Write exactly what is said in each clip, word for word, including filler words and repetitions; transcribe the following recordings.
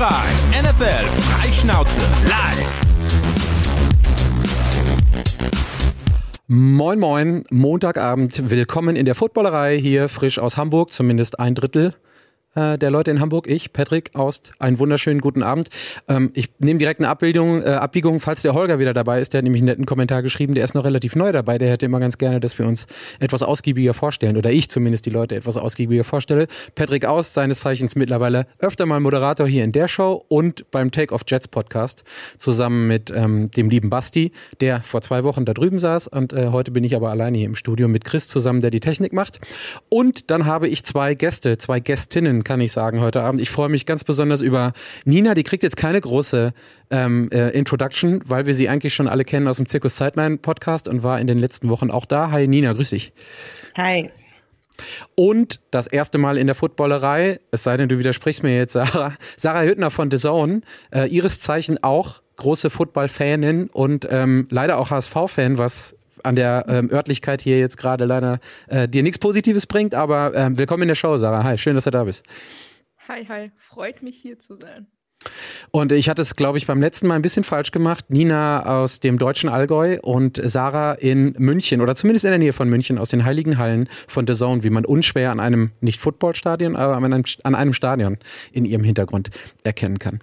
Footballerei. N F L Freischnauze live. Moin moin, Montagabend, willkommen in der Footballerei, hier frisch aus Hamburg, zumindest ein Drittel äh, der Leute in Hamburg. Ich, Patrick Aust, einen wunderschönen guten Abend. Ähm, ich nehme direkt eine Abbildung, äh, Abbiegung, falls der Holger wieder dabei ist, der hat nämlich einen netten Kommentar geschrieben, der ist noch relativ neu dabei, der hätte immer ganz gerne, dass wir uns etwas ausgiebiger vorstellen, oder ich zumindest die Leute etwas ausgiebiger vorstelle. Patrick Aust, seines Zeichens mittlerweile öfter mal Moderator hier in der Show und beim Take of Jets Podcast, zusammen mit ähm, dem lieben Basti, der vor zwei Wochen da drüben saß, und äh, heute bin ich aber alleine hier im Studio mit Chris zusammen, der die Technik macht. Und dann habe ich zwei Gäste, zwei Gästinnen, kann ich sagen, heute Abend. Ich freue mich ganz besonders über Nina, die kriegt jetzt keine große ähm, äh, Introduction, weil wir sie eigentlich schon alle kennen aus dem Zirkus Sideline Podcast und war in den letzten Wochen auch da. Hi Nina, grüß dich. Hi. Und das erste Mal in der Footballerei, es sei denn, du widersprichst mir jetzt, Sarah, Sarah Hüttner von The Zone, äh, ihres Zeichen auch große Football-Fanin und ähm, leider auch H S V-Fan, was an der ähm, Örtlichkeit hier jetzt gerade leider äh, dir nichts Positives bringt, aber ähm, willkommen in der Show, Sarah. Hi, schön, dass du da bist. Hi, hi. Freut mich, hier zu sein. Und ich hatte es, glaube ich, beim letzten Mal ein bisschen falsch gemacht. Nina aus dem deutschen Allgäu und Sarah in München oder zumindest in der Nähe von München aus den Heiligen Hallen von The Zone, wie man unschwer an einem, nicht Footballstadion, aber an einem, an einem Stadion in ihrem Hintergrund erkennen kann.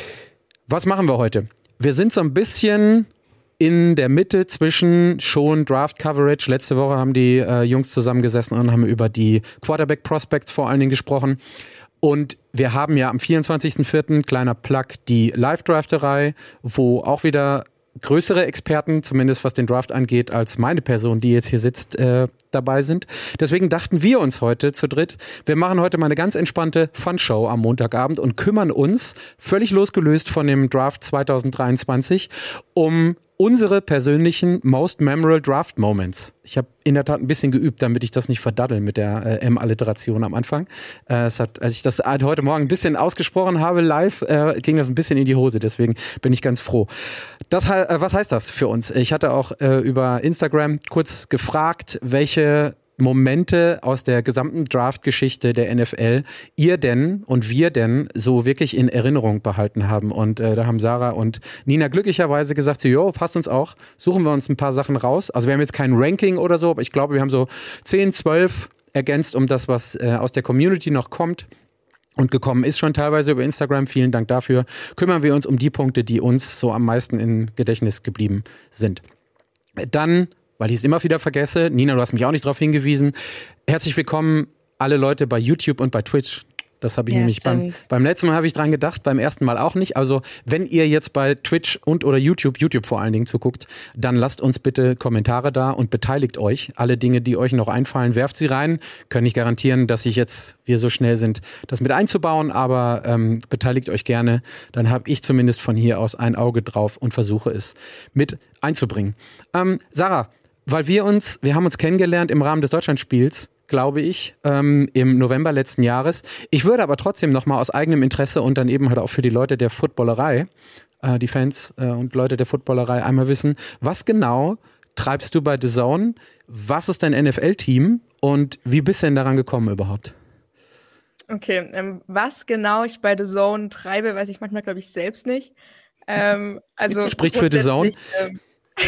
Was machen wir heute? Wir sind so ein bisschen in der Mitte zwischen schon Draft-Coverage. Letzte Woche haben die äh, Jungs zusammengesessen und haben über die Quarterback-Prospects vor allen Dingen gesprochen. Und wir haben ja am vierundzwanzigsten vierten kleiner Plug die Live-Drafterei, wo auch wieder größere Experten, zumindest was den Draft angeht, als meine Person, die jetzt hier sitzt, äh, dabei sind. Deswegen dachten wir uns heute zu dritt, wir machen heute mal eine ganz entspannte Fun-Show am Montagabend und kümmern uns, völlig losgelöst von dem Draft zwanzig dreiundzwanzig, um unsere persönlichen Most Memorable Draft Moments. Ich habe in der Tat ein bisschen geübt, damit ich das nicht verdaddel mit der äh, M-Alliteration am Anfang. Äh, es hat, als ich das heute Morgen ein bisschen ausgesprochen habe live, äh, ging das ein bisschen in die Hose. Deswegen bin ich ganz froh. Das, äh, was heißt das für uns? Ich hatte auch äh, über Instagram kurz gefragt, welche Momente aus der gesamten Draft-Geschichte der N F L ihr denn und wir denn so wirklich in Erinnerung behalten haben. Und äh, da haben Sarah und Nina glücklicherweise gesagt, so, jo, passt uns auch, suchen wir uns ein paar Sachen raus. Also wir haben jetzt kein Ranking oder so, aber ich glaube, wir haben so zehn, zwölf ergänzt um das, was äh, aus der Community noch kommt und gekommen ist schon teilweise über Instagram. Vielen Dank dafür. Kümmern wir uns um die Punkte, die uns so am meisten im Gedächtnis geblieben sind. Dann, weil ich es immer wieder vergesse, Nina, du hast mich auch nicht darauf hingewiesen, herzlich willkommen alle Leute bei YouTube und bei Twitch. Das habe ich ja, nämlich beim, beim letzten Mal habe ich dran gedacht, beim ersten Mal auch nicht. Also wenn ihr jetzt bei Twitch und oder YouTube, YouTube vor allen Dingen zuguckt, dann lasst uns bitte Kommentare da und beteiligt euch. Alle Dinge, die euch noch einfallen, werft sie rein. Können nicht garantieren, dass ich jetzt, wir so schnell sind, das mit einzubauen, aber ähm, beteiligt euch gerne. Dann habe ich zumindest von hier aus ein Auge drauf und versuche es mit einzubringen. Ähm, Sarah, weil wir uns, wir haben uns kennengelernt im Rahmen des Deutschlandspiels, glaube ich, ähm, im November letzten Jahres. Ich würde aber trotzdem nochmal aus eigenem Interesse und dann eben halt auch für die Leute der Footballerei, äh, die Fans äh, und Leute der Footballerei einmal wissen, was genau treibst du bei The Zone? Was ist dein N F L-Team und wie bist du denn daran gekommen überhaupt? Okay, ähm, was genau ich bei The Zone treibe, weiß ich manchmal, glaube ich, selbst nicht. Ähm, also Spricht für The Zone. Ähm,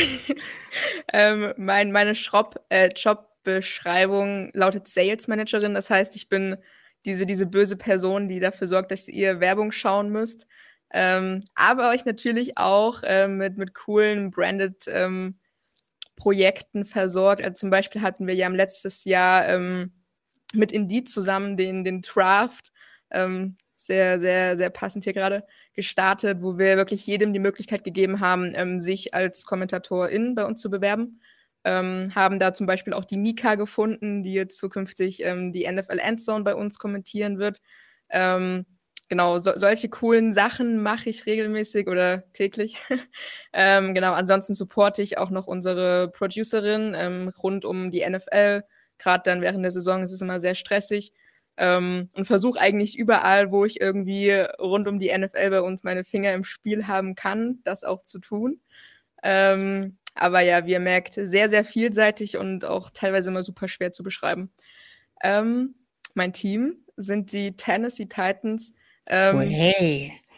ähm, mein, meine Shop, äh, Jobbeschreibung lautet Sales Managerin. Das heißt, ich bin diese, diese böse Person, die dafür sorgt, dass ihr Werbung schauen müsst. Ähm, aber euch natürlich auch ähm, mit, mit coolen branded ähm, Projekten versorgt. Also zum Beispiel hatten wir ja im letztes Jahr ähm, mit Indeed zusammen den, den Draft, ähm, sehr, sehr, sehr passend hier gerade, gestartet, wo wir wirklich jedem die Möglichkeit gegeben haben, ähm, sich als Kommentatorin bei uns zu bewerben. Ähm, haben da zum Beispiel auch die Mika gefunden, die jetzt zukünftig ähm, die N F L Endzone bei uns kommentieren wird. Ähm, genau, so, solche coolen Sachen mache ich regelmäßig oder täglich. ähm, genau, ansonsten supporte ich auch noch unsere Producerin ähm, rund um die N F L. Gerade dann während der Saison ist es immer sehr stressig. Ähm, und versuche eigentlich überall, wo ich irgendwie rund um die N F L bei uns meine Finger im Spiel haben kann, das auch zu tun. Ähm, aber ja, wie ihr merkt, sehr, sehr vielseitig und auch teilweise immer super schwer zu beschreiben. Ähm, mein Team sind die Tennessee Titans. Ähm, oh, hey.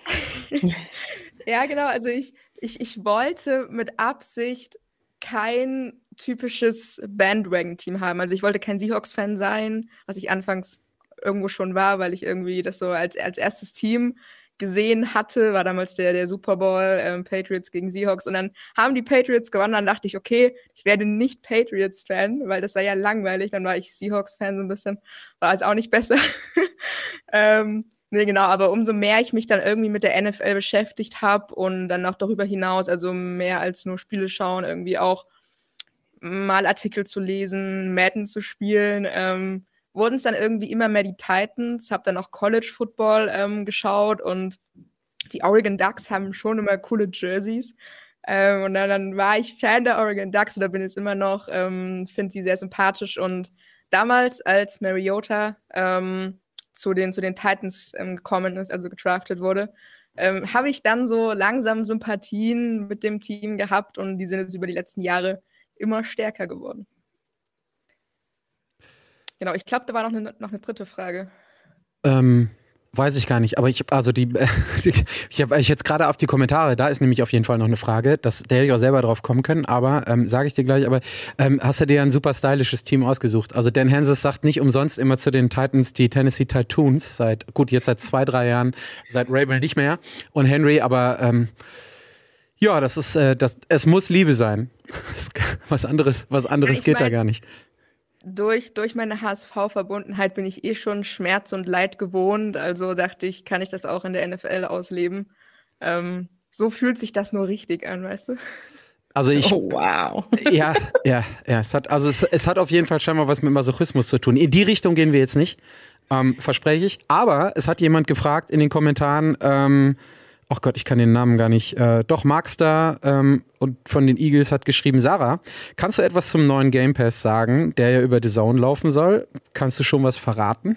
Ja, genau. Also ich, ich, ich wollte mit Absicht kein typisches Bandwagon-Team haben. Also ich wollte kein Seahawks-Fan sein, was ich anfangs irgendwo schon war, weil ich irgendwie das so als, als erstes Team gesehen hatte, war damals der, der Super Bowl, ähm, Patriots gegen Seahawks, und dann haben die Patriots gewonnen, dann dachte ich, okay, ich werde nicht Patriots-Fan, weil das war ja langweilig, dann war ich Seahawks-Fan so ein bisschen, war es auch nicht besser. ähm, nee, genau, aber umso mehr ich mich dann irgendwie mit der N F L beschäftigt habe und dann auch darüber hinaus, also mehr als nur Spiele schauen, irgendwie auch mal Artikel zu lesen, Madden zu spielen, ähm, wurden es dann irgendwie immer mehr die Titans, habe dann auch College Football ähm, geschaut und die Oregon Ducks haben schon immer coole Jerseys. Ähm, und dann, dann war ich Fan der Oregon Ducks oder bin jetzt immer noch, ähm, finde sie sehr sympathisch. Und damals, als Mariota ähm, zu, den, zu den Titans ähm, gekommen ist, also gedraftet wurde, ähm, habe ich dann so langsam Sympathien mit dem Team gehabt und die sind jetzt über die letzten Jahre immer stärker geworden. Genau, ich glaube, da war noch eine, noch eine dritte Frage. Ähm, weiß ich gar nicht, aber ich habe also die, ich habe ich jetzt gerade auf die Kommentare, da ist nämlich auf jeden Fall noch eine Frage, das, da hätte ich auch selber drauf kommen können, aber ähm, sage ich dir gleich, aber ähm, hast du dir ein super stylisches Team ausgesucht? Also Dan Hanses sagt nicht umsonst immer zu den Titans die Tennessee Titans, seit, gut, jetzt seit zwei, drei Jahren, seit Rabel nicht mehr und Henry, aber ähm, ja, das ist, äh, das, es muss Liebe sein. Was anderes, was anderes ich geht mein, da gar nicht. Durch, durch meine H S V-Verbundenheit bin ich eh schon Schmerz und Leid gewohnt. Also dachte ich, kann ich das auch in der N F L ausleben. Ähm, so fühlt sich das nur richtig an, weißt du? Also ich, oh, wow. Ja, ja, ja. Es hat, also es, es hat auf jeden Fall scheinbar was mit Masochismus zu tun. In die Richtung gehen wir jetzt nicht, ähm, verspreche ich. Aber es hat jemand gefragt in den Kommentaren, ähm, ach Gott, ich kann den Namen gar nicht. Äh, doch, Markstar ähm, und von den Eagles hat geschrieben, Sarah, kannst du etwas zum neuen Game Pass sagen, der ja über The Zone laufen soll? Kannst du schon was verraten?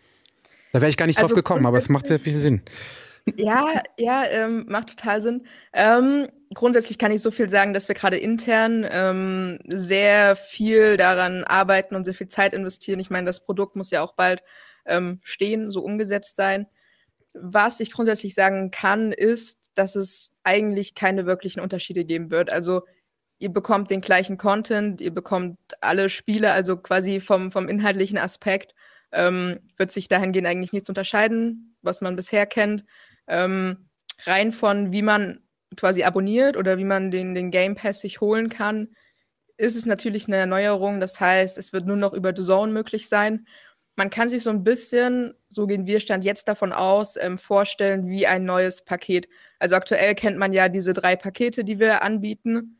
Da wäre ich gar nicht also drauf gekommen, aber es macht sehr viel Sinn. Ja, ja, ähm, macht total Sinn. Ähm, grundsätzlich kann ich so viel sagen, dass wir gerade intern ähm, sehr viel daran arbeiten und sehr viel Zeit investieren. Ich meine, das Produkt muss ja auch bald ähm, stehen, so umgesetzt sein. Was ich grundsätzlich sagen kann, ist, dass es eigentlich keine wirklichen Unterschiede geben wird. Also ihr bekommt den gleichen Content, ihr bekommt alle Spiele, also quasi vom, vom inhaltlichen Aspekt ähm, wird sich dahingehend eigentlich nichts unterscheiden, was man bisher kennt. Ähm, rein von, wie man quasi abonniert oder wie man den, den Game Pass sich holen kann, ist es natürlich eine Erneuerung. Das heißt, es wird nur noch über The Zone möglich sein. Man kann sich so ein bisschen, so gehen wir Stand jetzt davon aus, ähm, vorstellen wie ein neues Paket. Also aktuell kennt man ja diese drei Pakete, die wir anbieten.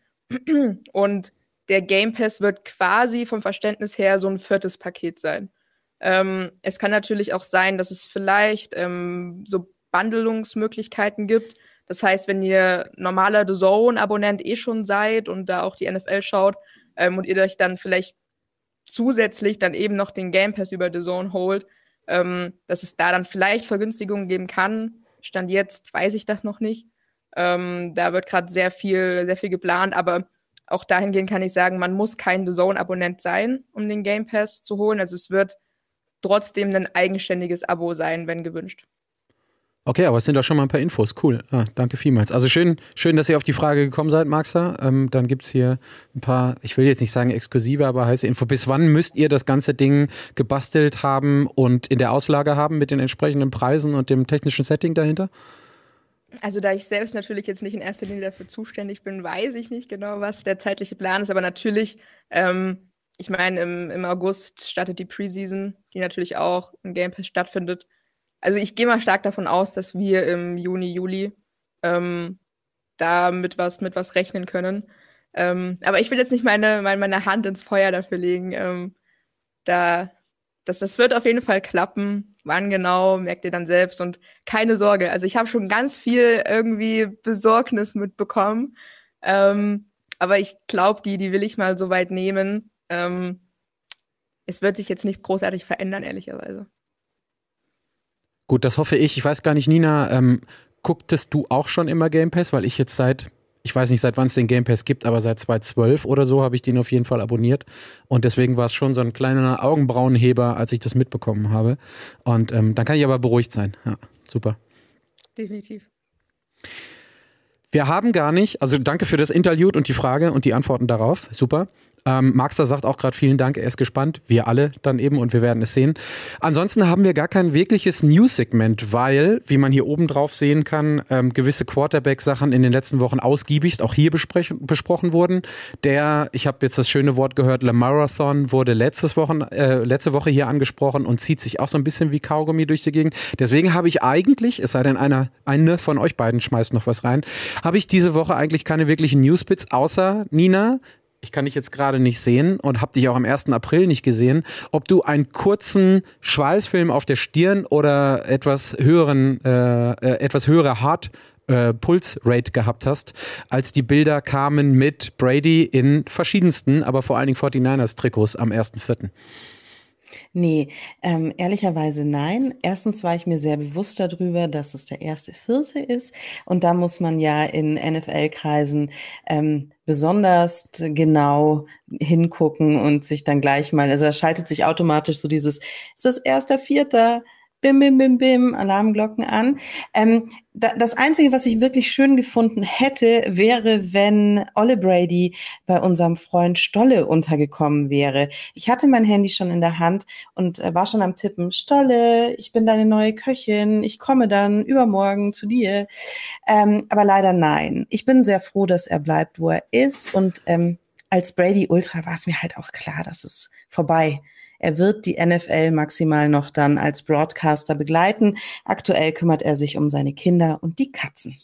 Und der Game Pass wird quasi vom Verständnis her so ein viertes Paket sein. Ähm, es kann natürlich auch sein, dass es vielleicht ähm, so Bundlungsmöglichkeiten gibt. Das heißt, wenn ihr normaler The Zone-Abonnent eh schon seid und da auch die N F L schaut ähm, und ihr euch dann vielleicht zusätzlich dann eben noch den Game Pass über The Zone holt, ähm, dass es da dann vielleicht Vergünstigungen geben kann. Stand jetzt weiß ich das noch nicht. Ähm, da wird gerade sehr viel, sehr viel geplant, aber auch dahingehend kann ich sagen, man muss kein The Zone-Abonnent sein, um den Game Pass zu holen. Also es wird trotzdem ein eigenständiges Abo sein, wenn gewünscht. Okay, aber es sind doch schon mal ein paar Infos. Cool. Ah, danke vielmals. Also schön, schön, dass ihr auf die Frage gekommen seid, Markstar. Ähm, dann gibt's hier ein paar, ich will jetzt nicht sagen exklusive, aber heiße Info. Bis wann müsst ihr das ganze Ding gebastelt haben und in der Auslage haben mit den entsprechenden Preisen und dem technischen Setting dahinter? Also da ich selbst natürlich jetzt nicht in erster Linie dafür zuständig bin, weiß ich nicht genau, was der zeitliche Plan ist. Aber natürlich, ähm, ich meine, im, im August startet die Preseason, die natürlich auch im Game Pass stattfindet. Also ich gehe mal stark davon aus, dass wir im Juni, Juli ähm, da mit was, mit was rechnen können. Ähm, aber ich will jetzt nicht meine, meine, meine Hand ins Feuer dafür legen. Ähm, da, das, das wird auf jeden Fall klappen. Wann genau, merkt ihr dann selbst. Und keine Sorge, also ich habe schon ganz viel irgendwie Besorgnis mitbekommen. Ähm, aber ich glaube, die, die will ich mal so weit nehmen. Ähm, es wird sich jetzt nicht großartig verändern, ehrlicherweise. Gut, das hoffe ich. Ich weiß gar nicht, Nina, ähm, gucktest du auch schon immer Game Pass? Weil ich jetzt seit, ich weiß nicht, seit wann es den Game Pass gibt, aber seit zwanzig zwölf oder so habe ich den auf jeden Fall abonniert. Und deswegen war es schon so ein kleiner Augenbrauenheber, als ich das mitbekommen habe. Und ähm, dann kann ich aber beruhigt sein. Ja, super. Definitiv. Wir haben gar nicht, also danke für das Interlude und die Frage und die Antworten darauf. Super. Ähm, Maxter sagt auch gerade vielen Dank, er ist gespannt. Wir alle dann eben und wir werden es sehen. Ansonsten haben wir gar kein wirkliches News-Segment, weil, wie man hier oben drauf sehen kann, ähm, gewisse Quarterback-Sachen in den letzten Wochen ausgiebigst auch hier besprech- besprochen wurden. Der, ich habe jetzt das schöne Wort gehört, Lamarathon wurde letztes Wochen, äh, letzte Woche hier angesprochen und zieht sich auch so ein bisschen wie Kaugummi durch die Gegend. Deswegen habe ich eigentlich, es sei denn einer, eine von euch beiden schmeißt noch was rein, habe ich diese Woche eigentlich keine wirklichen Newsbits, außer Nina. Ich kann dich jetzt gerade nicht sehen und habe dich auch am ersten April nicht gesehen, ob du einen kurzen Schweißfilm auf der Stirn oder etwas höheren, äh, äh, etwas höhere Heart äh, Pulse-Rate gehabt hast, als die Bilder kamen mit Brady in verschiedensten, aber vor allen Dingen forty-niners-Trikots am ersten vierten Nee, ähm, ehrlicherweise nein. Erstens war ich mir sehr bewusst darüber, dass es der erste Vierte ist. Und da muss man ja in N F L-Kreisen ähm, besonders genau hingucken und sich dann gleich mal, also da schaltet sich automatisch so dieses, ist das erster Vierter? Bim, bim, bim, bim, Alarmglocken an. Ähm, da, das Einzige, was ich wirklich schön gefunden hätte, wäre, wenn Olle Brady bei unserem Freund Stolle untergekommen wäre. Ich hatte mein Handy schon in der Hand und äh, war schon am Tippen, Stolle, ich bin deine neue Köchin, ich komme dann übermorgen zu dir. Ähm, aber leider nein. Ich bin sehr froh, dass er bleibt, wo er ist. Und ähm, als Brady Ultra war es mir halt auch klar, dass es vorbei ist. Er wird die N F L maximal noch dann als Broadcaster begleiten. Aktuell kümmert er sich um seine Kinder und die Katzen.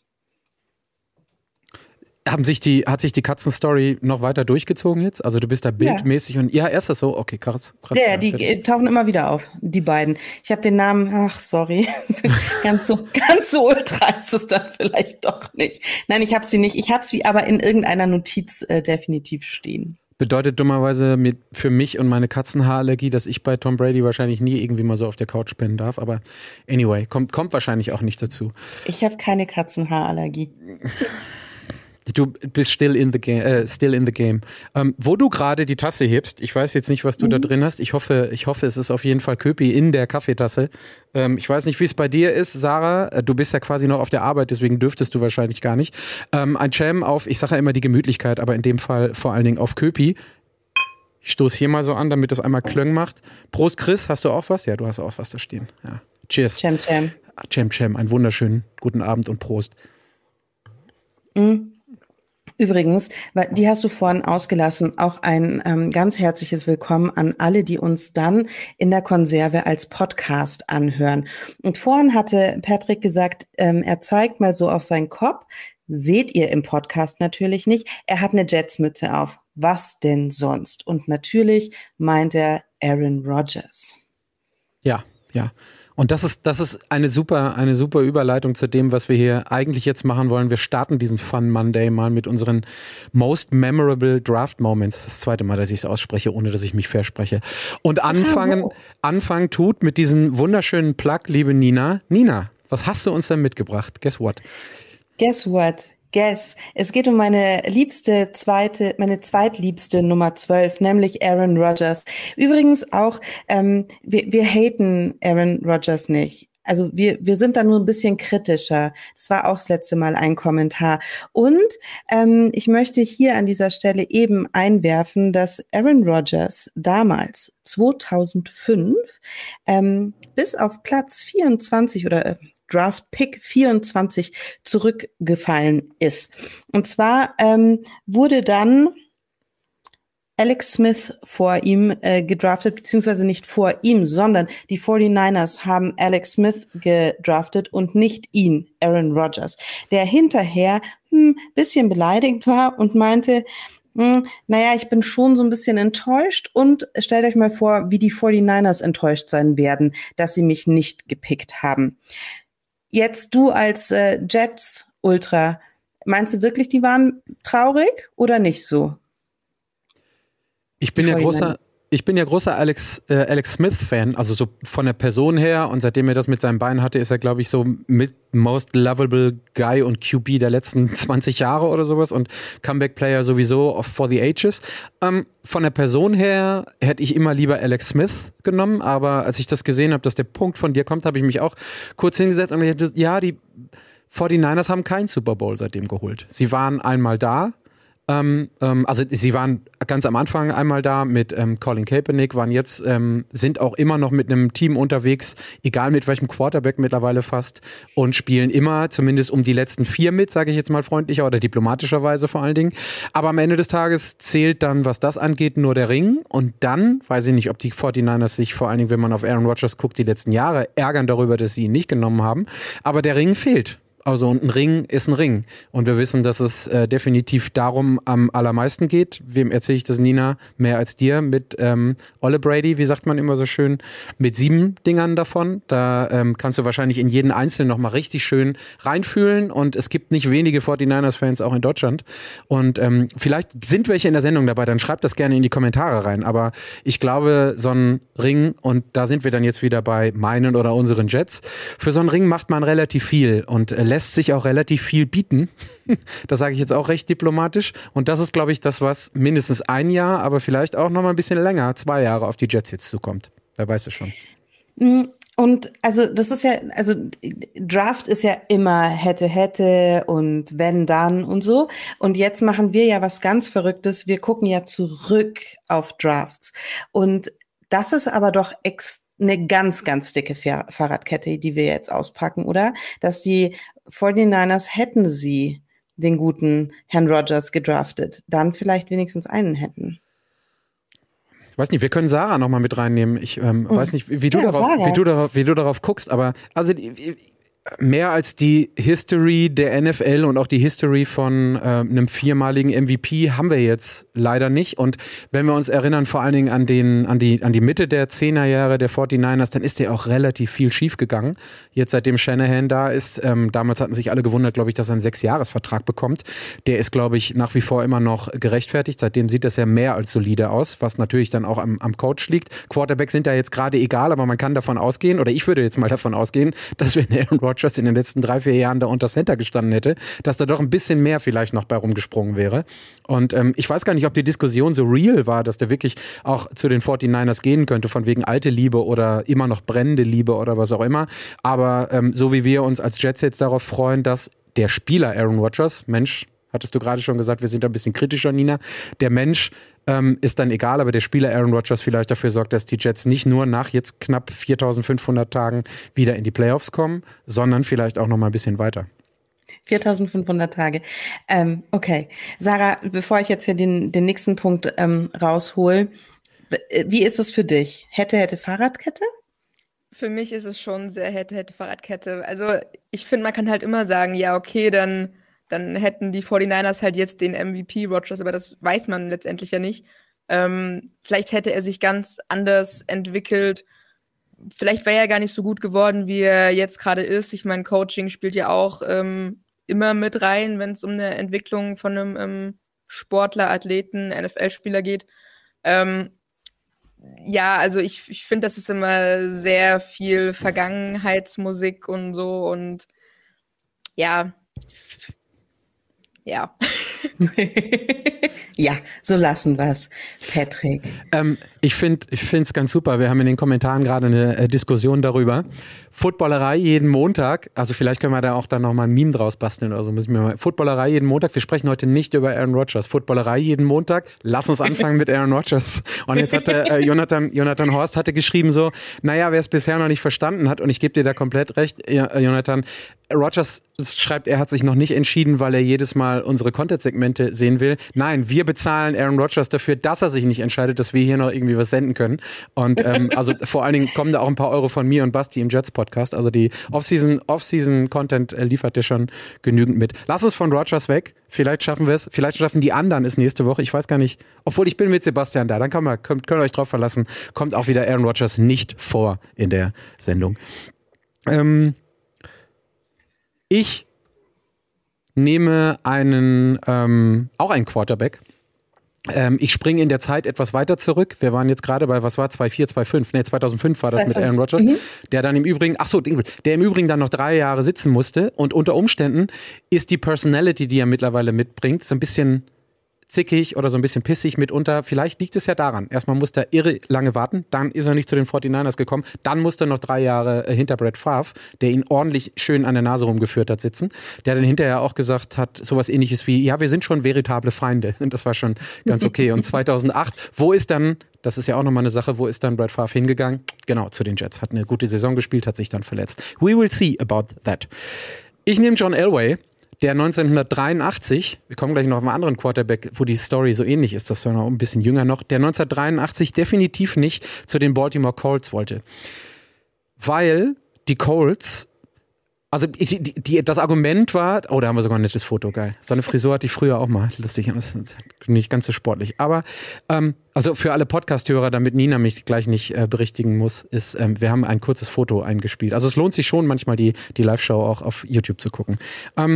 Haben sich die, hat sich die Katzenstory noch weiter durchgezogen jetzt? Also du bist da bildmäßig ja. und ja, ist das so? Okay, krass. krass ja, die g- tauchen immer wieder auf, die beiden. Ich habe den Namen, ach sorry, ganz so ganz so ultra ist es dann vielleicht doch nicht. Nein, ich habe sie nicht. Ich habe sie aber in irgendeiner Notiz äh, definitiv stehen. Bedeutet dummerweise mit, für mich und meine Katzenhaarallergie, dass ich bei Tom Brady wahrscheinlich nie irgendwie mal so auf der Couch pennen darf. Aber anyway, kommt, kommt wahrscheinlich auch nicht dazu. Ich habe keine Katzenhaarallergie. Du bist still in the game. Äh, still in the game. Ähm, wo du gerade die Tasse hebst, ich weiß jetzt nicht, was du mhm. da drin hast. Ich hoffe, ich hoffe, es ist auf jeden Fall Köpi in der Kaffeetasse. Ähm, ich weiß nicht, wie es bei dir ist, Sarah. Du bist ja quasi noch auf der Arbeit, deswegen dürftest du wahrscheinlich gar nicht. Ähm, ein Jam auf, ich sage ja immer die Gemütlichkeit, aber in dem Fall vor allen Dingen auf Köpi. Ich stoße hier mal so an, damit das einmal Klöng macht. Prost, Chris, hast du auch was? Ja, du hast auch was da stehen. Ja. Cheers. Jam, Jam. Jam, Jam. Einen wunderschönen guten Abend und Prost. Mhm. Übrigens, weil die hast du vorhin ausgelassen, auch ein ähm, ganz herzliches Willkommen an alle, die uns dann in der Konserve als Podcast anhören. Und vorhin hatte Patrick gesagt, ähm, er zeigt mal so auf seinen Kopf. Seht ihr im Podcast natürlich nicht. Er hat eine Jetsmütze auf. Was denn sonst? Und natürlich meint er Aaron Rodgers. Ja, ja. Und das ist, das ist eine super, eine super Überleitung zu dem, was wir hier eigentlich jetzt machen wollen. Wir starten diesen Fun Monday mal mit unseren Most Memorable Draft Moments. Das zweite Mal, dass ich es ausspreche, ohne dass ich mich verspreche. Und anfangen, anfangen tut mit diesem wunderschönen Plug, liebe Nina. Nina, was hast du uns denn mitgebracht? Guess what? Guess what? Guess. Es geht um meine liebste zweite, meine zweitliebste Nummer zwölf, nämlich Aaron Rodgers. Übrigens auch, ähm, wir, wir haten Aaron Rodgers nicht. Also wir, wir sind da nur ein bisschen kritischer. Das war auch das letzte Mal ein Kommentar. Und ähm, ich möchte hier an dieser Stelle eben einwerfen, dass Aaron Rodgers damals zweitausendfünf ähm, bis auf Platz vierundzwanzig oder äh, Draft Pick vierundzwanzig zurückgefallen ist. Und zwar ähm, wurde dann Alex Smith vor ihm äh, gedraftet, beziehungsweise nicht vor ihm, sondern die forty-niners haben Alex Smith gedraftet und nicht ihn, Aaron Rodgers, der hinterher ein hm, bisschen beleidigt war und meinte, hm, naja, ich bin schon so ein bisschen enttäuscht und stellt euch mal vor, wie die forty-niners enttäuscht sein werden, dass sie mich nicht gepickt haben. Jetzt du als äh, Jets-Ultra, meinst du wirklich, die waren traurig oder nicht so? Ich bin ja großer, ich bin ja großer Alex, äh, Alex Smith-Fan, also so von der Person her, und seitdem er das mit seinem Bein hatte, ist er, glaube ich, so mit most lovable Guy und Q B der letzten zwanzig Jahre oder sowas und Comeback-Player sowieso for the ages. Ähm, von der Person her hätte ich immer lieber Alex Smith genommen, aber als ich das gesehen habe, dass der Punkt von dir kommt, habe ich mich auch kurz hingesetzt und gesagt, ja, die forty-niners haben keinen Super Bowl seitdem geholt. Sie waren einmal da, ähm, ähm, also sie waren ganz am Anfang einmal da mit ähm, Colin Kaepernick, waren jetzt, ähm, sind auch immer noch mit einem Team unterwegs, egal mit welchem Quarterback mittlerweile fast, und spielen immer zumindest um die letzten vier mit, sage ich jetzt mal freundlicher oder diplomatischerweise vor allen Dingen. Aber am Ende des Tages zählt dann, was das angeht, nur der Ring. Und dann, weiß ich nicht, ob die forty-niners sich vor allen Dingen, wenn man auf Aaron Rodgers guckt, die letzten Jahre ärgern darüber, dass sie ihn nicht genommen haben. Aber der Ring fehlt. Also und ein Ring ist ein Ring. Und wir wissen, dass es äh, definitiv darum am allermeisten geht. Wem erzähle ich das, Nina, mehr als dir? Mit ähm, Olle Brady, wie sagt man immer so schön, mit sieben Dingern davon. Da ähm, kannst du wahrscheinlich in jeden Einzelnen nochmal richtig schön reinfühlen. Und es gibt nicht wenige forty-niners-Fans auch in Deutschland. Und ähm, vielleicht sind welche in der Sendung dabei, dann schreibt das gerne in die Kommentare rein. Aber ich glaube, so ein Ring, und da sind wir dann jetzt wieder bei meinen oder unseren Jets, für so einen Ring macht man relativ viel und äh, lässt sich auch relativ viel bieten. Das sage ich jetzt auch recht diplomatisch. Und das ist, glaube ich, das, was mindestens ein Jahr, aber vielleicht auch noch mal ein bisschen länger, zwei Jahre auf die Jets jetzt zukommt. Wer weiß es schon. Und also das ist ja, also Draft ist ja immer hätte, hätte und wenn, dann und so. Und jetzt machen wir ja was ganz Verrücktes. Wir gucken ja zurück auf Drafts. Und das ist aber doch extrem eine ganz, ganz dicke Fahrradkette, die wir jetzt auspacken, oder? Dass die forty-niners, hätten sie den guten Herrn Rodgers gedraftet, dann vielleicht wenigstens einen hätten. Ich weiß nicht, wir können Sarah noch mal mit reinnehmen. Ich ähm, hm. weiß nicht, wie, wie, du ja, darauf, wie, du darauf, wie du darauf guckst, aber also mehr als die History der N F L und auch die History von äh, einem viermaligen M V P haben wir jetzt leider nicht. Und wenn wir uns erinnern, vor allen Dingen an den, an die, an die Mitte der Zehnerjahre der forty-niners, dann ist ja auch relativ viel schief gegangen. Jetzt seitdem Shanahan da ist, ähm, damals hatten sich alle gewundert, glaube ich, dass er einen Sechsjahresvertrag bekommt. Der ist, glaube ich, nach wie vor immer noch gerechtfertigt. Seitdem sieht das ja mehr als solide aus, was natürlich dann auch am, am Coach liegt. Quarterbacks sind da jetzt gerade egal, aber man kann davon ausgehen, oder ich würde jetzt mal davon ausgehen, dass wir in Aaron Rodgers in den letzten drei, vier Jahren da unter Center gestanden hätte, dass da doch ein bisschen mehr vielleicht noch bei rumgesprungen wäre. Und ähm, ich weiß gar nicht, ob die Diskussion so real war, dass der wirklich auch zu den forty-niners gehen könnte, von wegen alte Liebe oder immer noch brennende Liebe oder was auch immer. Aber ähm, so wie wir uns als Jets jetzt darauf freuen, dass der Spieler Aaron Rodgers, Mensch, hattest du gerade schon gesagt, wir sind da ein bisschen kritischer, Nina, der Mensch Ähm, ist dann egal, aber der Spieler Aaron Rodgers vielleicht dafür sorgt, dass die Jets nicht nur nach jetzt knapp viertausendfünfhundert Tagen wieder in die Playoffs kommen, sondern vielleicht auch noch mal ein bisschen weiter. viertausendfünfhundert Tage. Ähm, okay. Sarah, bevor ich jetzt hier den, den nächsten Punkt ähm, raushol, wie ist es für dich? Hätte, hätte Fahrradkette? Für mich ist es schon sehr hätte, hätte Fahrradkette. Also ich finde, man kann halt immer sagen, ja, okay, dann dann hätten die forty-niners halt jetzt den M V P Rodgers, aber das weiß man letztendlich ja nicht. Ähm, vielleicht hätte er sich ganz anders entwickelt. Vielleicht wäre er gar nicht so gut geworden, wie er jetzt gerade ist. Ich meine, Coaching spielt ja auch ähm, immer mit rein, wenn es um eine Entwicklung von einem ähm, Sportler, Athleten, N F L-Spieler geht. Ähm, ja, also ich, ich finde, das ist immer sehr viel Vergangenheitsmusik und so und ja, Ja. Ja, so lassen wir es, Patrick. Ähm, ich finde ich finde es ganz super. Wir haben in den Kommentaren gerade eine äh, Diskussion darüber. Footballerei jeden Montag, also vielleicht können wir da auch dann nochmal ein Meme draus basteln oder so. Müssen wir mal. Footballerei jeden Montag, wir sprechen heute nicht über Aaron Rodgers. Footballerei jeden Montag, lass uns anfangen mit Aaron Rodgers. Und jetzt hatte äh, Jonathan, Jonathan Horst hatte geschrieben so, naja, wer es bisher noch nicht verstanden hat, und ich gebe dir da komplett recht, ja, Jonathan, Rodgers schreibt, er hat sich noch nicht entschieden, weil er jedes Mal unsere Content-Segmente sehen will. Nein, wir bezahlen Aaron Rodgers dafür, dass er sich nicht entscheidet, dass wir hier noch irgendwie was senden können. Und ähm, also vor allen Dingen kommen da auch ein paar Euro von mir und Basti im Jets-Podcast. Also die Off-Season, Off-Season-Content äh, liefert dir schon genügend mit. Lass uns von Rodgers weg. Vielleicht schaffen wir es. Vielleicht schaffen die anderen es nächste Woche. Ich weiß gar nicht. Obwohl, ich bin mit Sebastian da. Dann kann man, könnt, könnt ihr euch drauf verlassen. Kommt auch wieder Aaron Rodgers nicht vor in der Sendung. Ähm... Ich nehme einen, ähm, auch einen Quarterback. Ähm, ich springe in der Zeit etwas weiter zurück. Wir waren jetzt gerade bei, was war, zwei Komma vier, zwei Komma fünf? Nee, zweitausendfünf war das mit Aaron Rodgers. Mhm. Der dann im Übrigen, ach so, der im Übrigen dann noch drei Jahre sitzen musste. Und unter Umständen ist die Personality, die er mittlerweile mitbringt, so ein bisschen zickig oder so ein bisschen pissig mitunter. Vielleicht liegt es ja daran. Erstmal musste er irre lange warten, dann ist er nicht zu den forty-niners gekommen, dann musste er noch drei Jahre äh, hinter Brett Favre, der ihn ordentlich schön an der Nase rumgeführt hat, sitzen. Der dann hinterher auch gesagt hat, sowas ähnliches wie, ja, wir sind schon veritable Feinde. Und das war schon ganz okay. Und zweitausendacht, wo ist dann, das ist ja auch nochmal eine Sache, wo ist dann Brett Favre hingegangen? Genau, zu den Jets. Hat eine gute Saison gespielt, hat sich dann verletzt. We will see about that. Ich nehme John Elway, der neunzehnhundertdreiundachtzig, wir kommen gleich noch auf einen anderen Quarterback, wo die Story so ähnlich ist, das war noch ein bisschen jünger noch, der neunzehnhundertdreiundachtzig definitiv nicht zu den Baltimore Colts wollte. Weil die Colts, also die, die, das Argument war, oh, da haben wir sogar ein nettes Foto, geil. So eine Frisur hatte ich früher auch mal, lustig, das ist nicht ganz so sportlich. Aber, ähm, also für alle Podcast-Hörer, damit Nina mich gleich nicht äh, berichtigen muss, ist, ähm, wir haben ein kurzes Foto eingespielt. Also es lohnt sich schon manchmal, die, die Live-Show auch auf YouTube zu gucken. Ähm,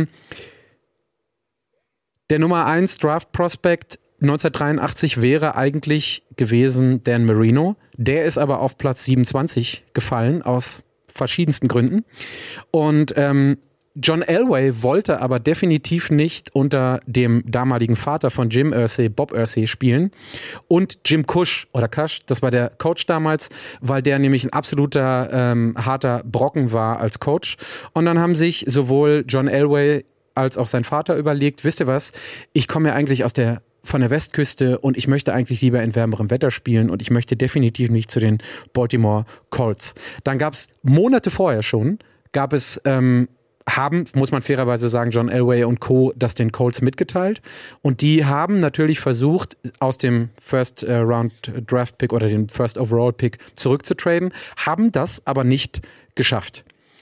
der Nummer eins Draft-Prospect neunzehnhundertdreiundachtzig wäre eigentlich gewesen Dan Marino. Der ist aber auf Platz siebenundzwanzig gefallen, aus verschiedensten Gründen. Und ähm, John Elway wollte aber definitiv nicht unter dem damaligen Vater von Jim Irsay, Bob Irsay, spielen. Und Jim Cush oder Cush, das war der Coach damals, weil der nämlich ein absoluter ähm, harter Brocken war als Coach. Und dann haben sich sowohl John Elway als auch sein Vater überlegt, wisst ihr was, ich komme ja eigentlich aus der von der Westküste und ich möchte eigentlich lieber in wärmerem Wetter spielen und ich möchte definitiv nicht zu den Baltimore Colts. Dann gab es Monate vorher schon, gab es, ähm, haben, muss man fairerweise sagen, John Elway und Co. das den Colts mitgeteilt und die haben natürlich versucht, aus dem First äh, Round Draft Pick oder dem First Overall Pick zurückzutraden, haben das aber nicht geschafft.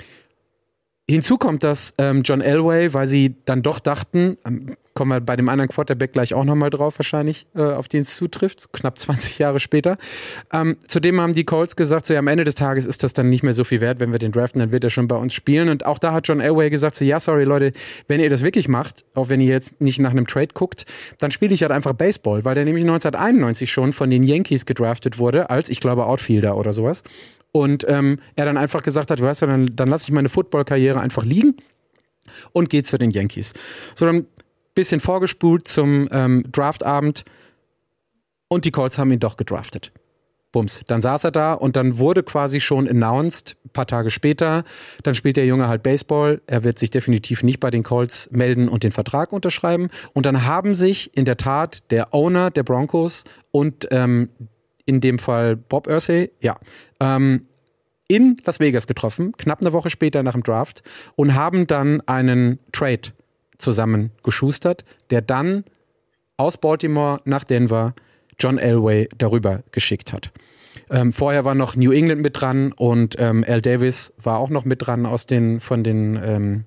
Hinzu kommt, dass ähm, John Elway, weil sie dann doch dachten, ähm, kommen wir bei dem anderen Quarterback gleich auch nochmal drauf wahrscheinlich, äh, auf den es zutrifft, knapp zwanzig Jahre später. Ähm, zudem haben die Colts gesagt, so ja, am Ende des Tages ist das dann nicht mehr so viel wert, wenn wir den draften, dann wird er schon bei uns spielen. Und auch da hat John Elway gesagt, so ja, sorry Leute, wenn ihr das wirklich macht, auch wenn ihr jetzt nicht nach einem Trade guckt, dann spiele ich halt einfach Baseball, weil der nämlich neunzehnhunderteinundneunzig schon von den Yankees gedraftet wurde, als, ich glaube, Outfielder oder sowas. Und ähm, er dann einfach gesagt hat, weißt du, dann, dann lasse ich meine Football-Karriere einfach liegen und gehe zu den Yankees. So, dann ein bisschen vorgespult zum ähm, Draftabend und die Colts haben ihn doch gedraftet. Bums. Dann saß er da und dann wurde quasi schon announced, ein paar Tage später, dann spielt der Junge halt Baseball, er wird sich definitiv nicht bei den Colts melden und den Vertrag unterschreiben. Und dann haben sich in der Tat der Owner der Broncos und ähm, in dem Fall Bob Irsay, ja, ähm, in Las Vegas getroffen, knapp eine Woche später nach dem Draft und haben dann einen Trade zusammen geschustert, der dann aus Baltimore nach Denver John Elway darüber geschickt hat. Ähm, vorher war noch New England mit dran und ähm, Al Davis war auch noch mit dran aus den, von den, ähm,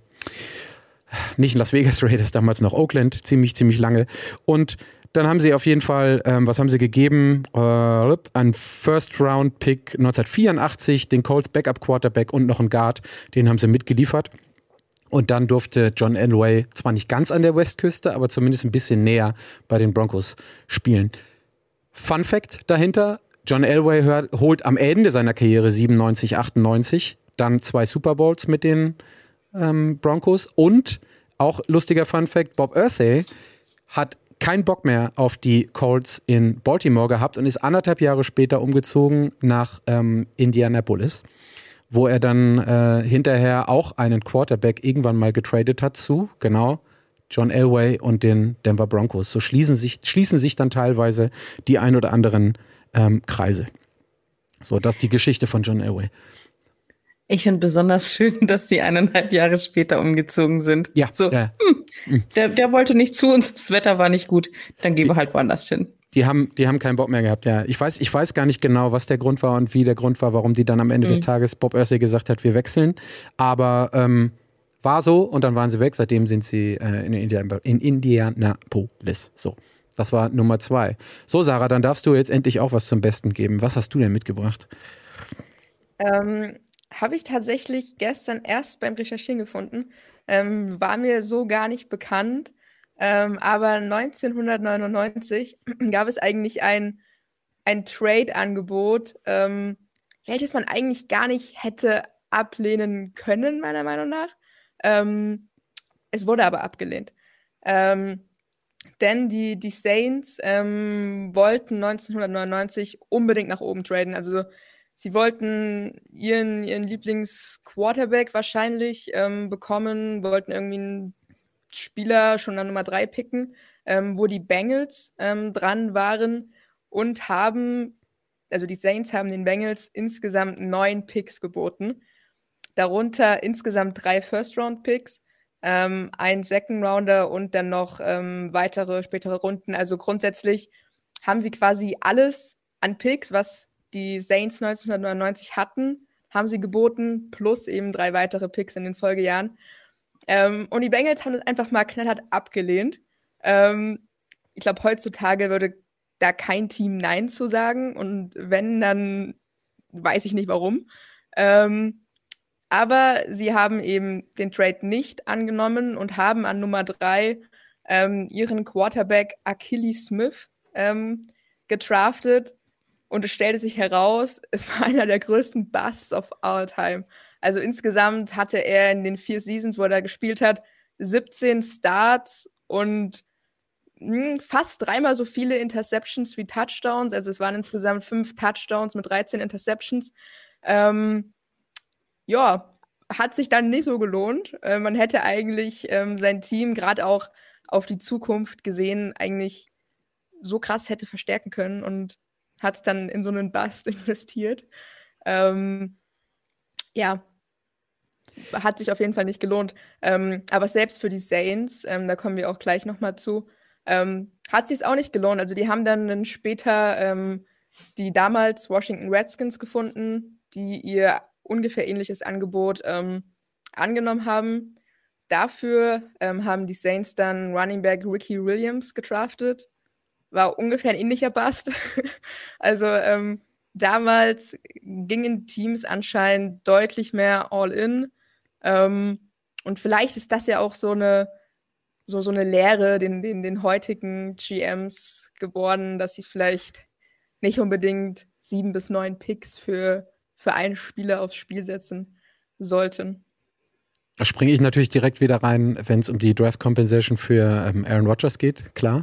nicht Las Vegas Raiders, damals noch Oakland, ziemlich, ziemlich lange. Und dann haben sie auf jeden Fall, ähm, was haben sie gegeben? Äh, ein First-Round-Pick neunzehnhundertvierundachtzig, den Colts Backup-Quarterback und noch einen Guard, den haben sie mitgeliefert. Und dann durfte John Elway zwar nicht ganz an der Westküste, aber zumindest ein bisschen näher bei den Broncos spielen. Fun Fact dahinter, John Elway hört, holt am Ende seiner Karriere siebenundneunzig, achtundneunzig dann zwei Super Bowls mit den ähm, Broncos und auch lustiger Fun Fact, Bob Irsay hat keinen Bock mehr auf die Colts in Baltimore gehabt und ist anderthalb Jahre später umgezogen nach ähm, Indianapolis, wo er dann äh, hinterher auch einen Quarterback irgendwann mal getradet hat zu, genau, John Elway und den Denver Broncos. So schließen sich, schließen sich dann teilweise die ein oder anderen ähm, Kreise. So, das ist die Geschichte von John Elway. Ich finde besonders schön, dass die eineinhalb Jahre später umgezogen sind. Ja. So, ja. Hm, der, der wollte nicht zu uns, das Wetter war nicht gut, dann gehen wir halt woanders hin. Die haben, die haben keinen Bock mehr gehabt, ja. Ich weiß, ich weiß gar nicht genau, was der Grund war und wie der Grund war, warum die dann am Ende mhm. des Tages Bob Irsay gesagt hat, wir wechseln. Aber ähm, war so und dann waren sie weg. Seitdem sind sie äh, in, Indian- in Indianapolis. So, das war Nummer zwei. So, Sarah, dann darfst du jetzt endlich auch was zum Besten geben. Was hast du denn mitgebracht? Ähm, habe ich tatsächlich gestern erst beim Recherchieren gefunden. Ähm, war mir so gar nicht bekannt. Ähm, aber neunzehnhundertneunundneunzig gab es eigentlich ein, ein Trade-Angebot, ähm, welches man eigentlich gar nicht hätte ablehnen können, meiner Meinung nach. Ähm, es wurde aber abgelehnt. Ähm, Denn die, die Saints ähm, wollten neunzehnhundertneunundneunzig unbedingt nach oben traden. Also sie wollten ihren, ihren Lieblings-Quarterback wahrscheinlich ähm, bekommen, wollten irgendwie einen Spieler schon an Nummer drei picken, ähm, wo die Bengals ähm, dran waren und haben, also die Saints haben den Bengals insgesamt neun Picks geboten. Darunter insgesamt drei First-Round-Picks, ähm, ein Second-Rounder und dann noch ähm, weitere spätere Runden. Also grundsätzlich haben sie quasi alles an Picks, was die Saints neunzehnhundertneunundneunzig hatten, haben sie geboten, plus eben drei weitere Picks in den Folgejahren. Ähm, und die Bengals haben das einfach mal knallhart abgelehnt. Ähm, ich glaube, heutzutage würde da kein Team Nein zu sagen. Und wenn, dann weiß ich nicht warum. Ähm, aber sie haben eben den Trade nicht angenommen und haben an Nummer drei ähm, ihren Quarterback Achilles Smith ähm, gedraftet. Und es stellte sich heraus, es war einer der größten Busts of all time. Also insgesamt hatte er in den vier Seasons, wo er da gespielt hat, siebzehn Starts und mh, fast dreimal so viele Interceptions wie Touchdowns. Also es waren insgesamt fünf Touchdowns mit dreizehn Interceptions. Ähm, ja, hat sich dann nicht so gelohnt. Äh, man hätte eigentlich ähm, sein Team gerade auch auf die Zukunft gesehen eigentlich so krass hätte verstärken können und hat dann in so einen Bust investiert. Ähm, ja, hat sich auf jeden Fall nicht gelohnt. Ähm, aber selbst für die Saints, ähm, da kommen wir auch gleich nochmal zu, ähm, hat sich es auch nicht gelohnt. Also die haben dann, dann später ähm, die damals Washington Redskins gefunden, die ihr ungefähr ähnliches Angebot ähm, angenommen haben. Dafür ähm, haben die Saints dann Running Back Ricky Williams gedraftet. War ungefähr ein ähnlicher Bust. Also ähm, damals gingen Teams anscheinend deutlich mehr All-In. Ähm, und vielleicht ist das ja auch so eine, so, so eine Lehre den, den, den heutigen G Ms geworden, dass sie vielleicht nicht unbedingt sieben bis neun Picks für, für einen Spieler aufs Spiel setzen sollten. Da springe ich natürlich direkt wieder rein, wenn es um die Draft Compensation für ähm, Aaron Rodgers geht, klar.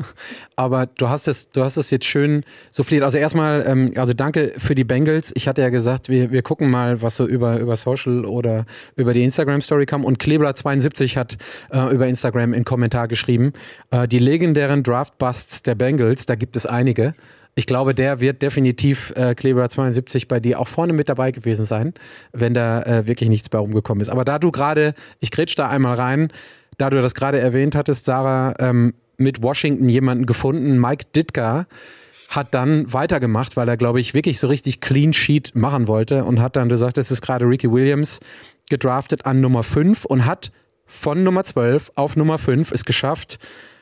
Aber du hast es, du hast es jetzt schön souffliert. Also erstmal, ähm, also danke für die Bengals. Ich hatte ja gesagt, wir, wir gucken mal, was so über, über Social oder über die Instagram-Story kam. Und Klebra zweiundsiebzig hat äh, über Instagram in Kommentar geschrieben, äh, die legendären Draft-Busts der Bengals, da gibt es einige. Ich glaube, der wird definitiv äh, Klebra zweiundsiebzig bei dir auch vorne mit dabei gewesen sein, wenn da äh, wirklich nichts bei rumgekommen ist. Aber da du gerade, ich grätsch da einmal rein, da du das gerade erwähnt hattest, Sarah, ähm, mit Washington jemanden gefunden, Mike Ditka, hat dann weitergemacht, weil er, glaube ich, wirklich so richtig Clean Sheet machen wollte und hat dann gesagt, es ist gerade Ricky Williams gedraftet an Nummer fünf und hat von Nummer zwölf auf Nummer fünf es geschafft,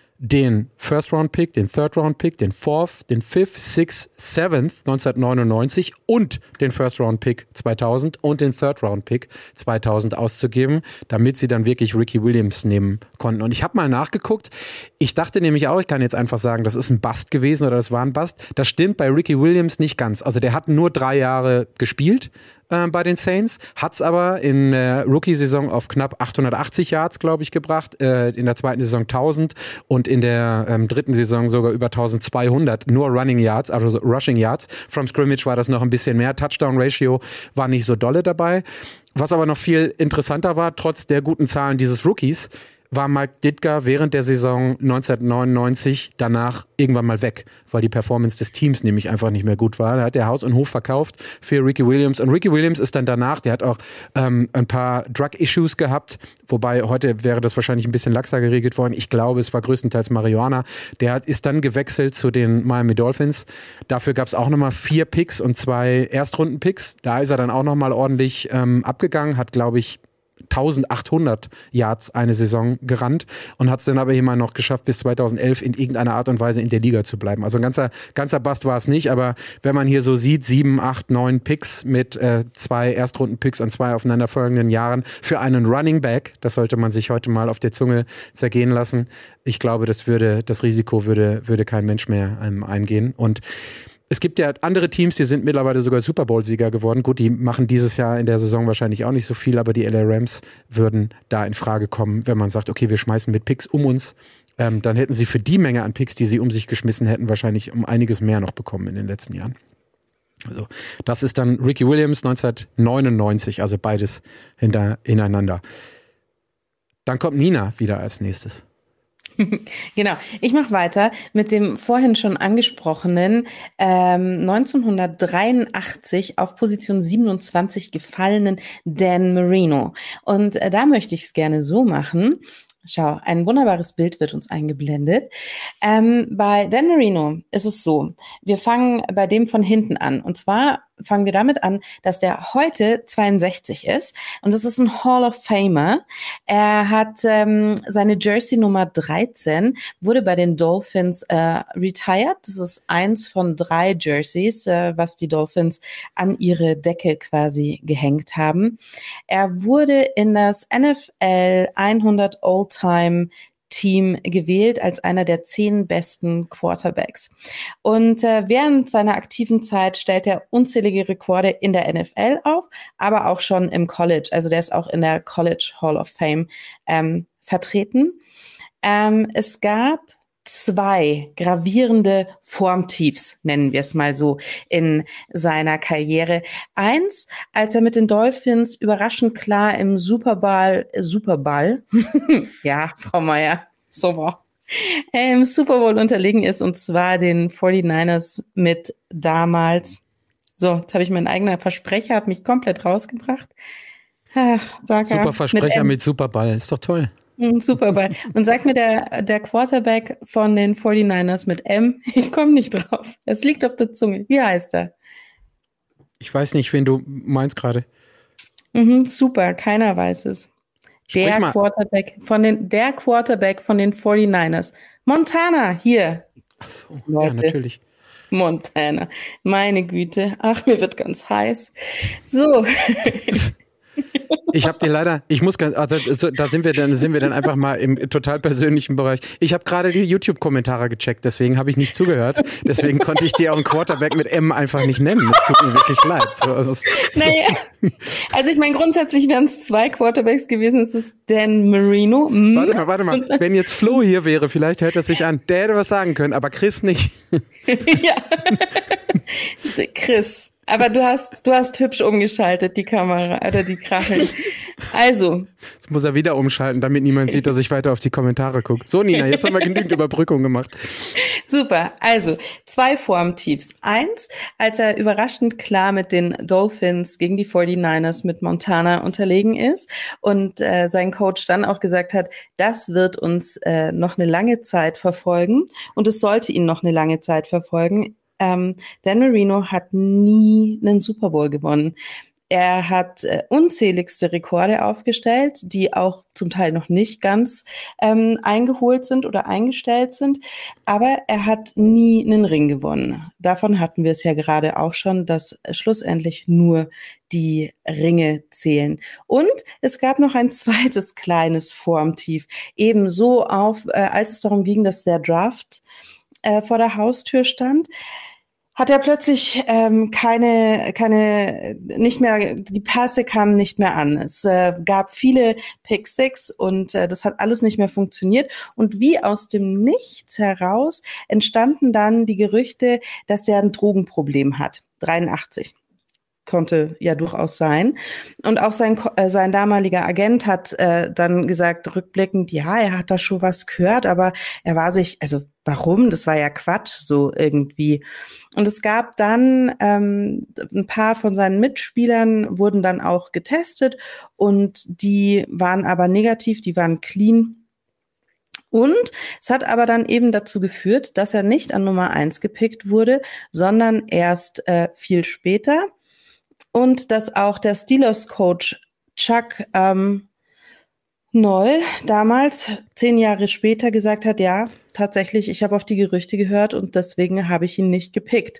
den First-Round-Pick, den Third-Round-Pick, den Fourth, den Fifth, Sixth, Seventh neunzehnhundertneunundneunzig und den First-Round-Pick zweitausend und den Third-Round-Pick zweitausend auszugeben, damit sie dann wirklich Ricky Williams nehmen konnten. Und ich habe mal nachgeguckt, ich dachte nämlich auch, ich kann jetzt einfach sagen, das ist ein Bust gewesen oder das war ein Bust. Das stimmt bei Ricky Williams nicht ganz. Also der hat nur drei Jahre gespielt äh, bei den Saints, hat es aber in der Rookie-Saison auf knapp achthundertachtzig Yards, glaube ich, gebracht, äh, in der zweiten Saison tausend und in der ähm, dritten Saison sogar über eintausendzweihundert, nur Running Yards, also Rushing Yards. From Scrimmage war das noch ein bisschen mehr. Touchdown-Ratio war nicht so dolle dabei. Was aber noch viel interessanter war, trotz der guten Zahlen dieses Rookies, war Mike Ditka während der Saison neunzehnhundertneunundneunzig danach irgendwann mal weg, weil die Performance des Teams nämlich einfach nicht mehr gut war. Da hat er Haus und Hof verkauft für Ricky Williams. Und Ricky Williams ist dann danach, der hat auch ähm, ein paar Drug-Issues gehabt, wobei heute wäre das wahrscheinlich ein bisschen laxer geregelt worden. Ich glaube, es war größtenteils Marihuana. Der hat, ist dann gewechselt zu den Miami Dolphins. Dafür gab es auch nochmal vier Picks und zwei Erstrunden-Picks. Da ist er dann auch nochmal ordentlich ähm, abgegangen, hat, glaube ich, eintausendachthundert Yards eine Saison gerannt und hat es dann aber immer noch geschafft, bis zweitausendelf in irgendeiner Art und Weise in der Liga zu bleiben. Also ein ganzer, ganzer Bust war es nicht, aber wenn man hier so sieht, sieben, acht, neun Picks mit äh, zwei Erstrunden-Picks an zwei aufeinanderfolgenden Jahren für einen Running Back, das sollte man sich heute mal auf der Zunge zergehen lassen. Ich glaube, das würde, das Risiko würde, würde kein Mensch mehr ähm, eingehen. Und es gibt ja andere Teams, die sind mittlerweile sogar Super Bowl-Sieger geworden. Gut, die machen dieses Jahr in der Saison wahrscheinlich auch nicht so viel, aber die L A Rams würden da in Frage kommen, wenn man sagt, okay, wir schmeißen mit Picks um uns ähm, dann hätten sie für die Menge an Picks, die sie um sich geschmissen hätten, wahrscheinlich um einiges mehr noch bekommen in den letzten Jahren. Also das ist dann Ricky Williams neunzehnhundertneunundneunzig, also beides hinter, ineinander. Dann kommt Nina wieder als nächstes. Genau, ich mache weiter mit dem vorhin schon angesprochenen ähm, neunzehnhundertdreiundachtzig auf Position siebenundzwanzig gefallenen Dan Marino. Und äh, da möchte ich es gerne so machen. Schau, ein wunderbares Bild wird uns eingeblendet. Ähm, bei Dan Marino ist es so, wir fangen bei dem von hinten an. Und zwar fangen wir damit an, dass der heute zweiundsechzig ist. Und das ist ein Hall of Famer. Er hat ähm, seine Jersey Nummer dreizehn, wurde bei den Dolphins äh, retired. Das ist eins von drei Jerseys, äh, was die Dolphins an ihre Decke quasi gehängt haben. Er wurde in das N F L hundert All-Time Team gewählt als einer der zehn besten Quarterbacks. Und äh, während seiner aktiven Zeit stellt er unzählige Rekorde in der N F L auf, aber auch schon im College. Also der ist auch in der College Hall of Fame ähm, vertreten. Ähm, es gab zwei gravierende Formtiefs, nennen wir es mal so, in seiner Karriere. Eins, als er mit den Dolphins überraschend klar im Super Bowl, Super Bowl, ja, Frau Meier, so war, im Super Bowl unterlegen ist, und zwar den forty-niners mit damals, so, jetzt habe ich mein eigener Versprecher, hat mich komplett rausgebracht. Ach, sag er, Super Versprecher mit, mit Super Ball, ist doch toll. Super Ball. Und sag mir der, der Quarterback von den forty-niners mit M, ich komme nicht drauf. Es liegt auf der Zunge. Wie heißt er? Ich weiß nicht, wen du meinst gerade. Mhm, super, keiner weiß es. Sprich Der mal. Quarterback von den, der Quarterback von den forty-niners. Montana, hier. Ach so, ja, natürlich. Montana. Meine Güte. Ach, mir wird ganz heiß. So. Ich habe dir leider, ich muss ganz, also so, da sind wir dann, sind wir dann einfach mal im total persönlichen Bereich. Ich habe gerade die YouTube-Kommentare gecheckt, deswegen habe ich nicht zugehört. Deswegen konnte ich dir auch einen Quarterback mit M einfach nicht nennen. Das tut mir wirklich leid. So, also, naja, also ich meine, grundsätzlich wären es zwei Quarterbacks gewesen. Es ist Dan Marino. Mm. Warte mal, warte mal. Wenn jetzt Flo hier wäre, vielleicht hört er sich an. Der hätte was sagen können, aber Chris nicht. Ja. Chris. Aber du hast, du hast hübsch umgeschaltet, die Kamera, oder die Krachel. Also. Jetzt muss er wieder umschalten, damit niemand sieht, dass ich weiter auf die Kommentare gucke. So, Nina, jetzt haben wir genügend Überbrückung gemacht. Super. Also, zwei Formtiefs. Eins, als er überraschend klar mit den Dolphins gegen die forty-niners mit Montana unterlegen ist und äh, sein Coach dann auch gesagt hat, das wird uns äh, noch eine lange Zeit verfolgen und es sollte ihn noch eine lange Zeit verfolgen. Ähm, Dan Marino hat nie einen Super Bowl gewonnen. Er hat äh, unzähligste Rekorde aufgestellt, die auch zum Teil noch nicht ganz ähm, eingeholt sind oder eingestellt sind. Aber er hat nie einen Ring gewonnen. Davon hatten wir es ja gerade auch schon, dass schlussendlich nur die Ringe zählen. Und es gab noch ein zweites kleines Formtief. Ebenso auf, äh, als es darum ging, dass der Draft äh, vor der Haustür stand, hat er plötzlich ähm, keine, keine, nicht mehr, die Pässe kamen nicht mehr an. Es äh, gab viele Pick Six und äh, das hat alles nicht mehr funktioniert. Und wie aus dem Nichts heraus entstanden dann die Gerüchte, dass er ein Drogenproblem hat. dreiundachtzig. Konnte ja durchaus sein. Und auch sein, äh, sein damaliger Agent hat äh, dann gesagt, rückblickend, ja, er hat da schon was gehört, aber er war sich, also warum? Das war ja Quatsch, so irgendwie. Und es gab dann ähm, ein paar von seinen Mitspielern wurden dann auch getestet und die waren aber negativ, die waren clean. Und es hat aber dann eben dazu geführt, dass er nicht an Nummer eins gepickt wurde, sondern erst äh, viel später. Und dass auch der Steelers-Coach Chuck ähm, Noll damals, zehn Jahre später, gesagt hat, ja, tatsächlich, ich habe auf die Gerüchte gehört und deswegen habe ich ihn nicht gepickt.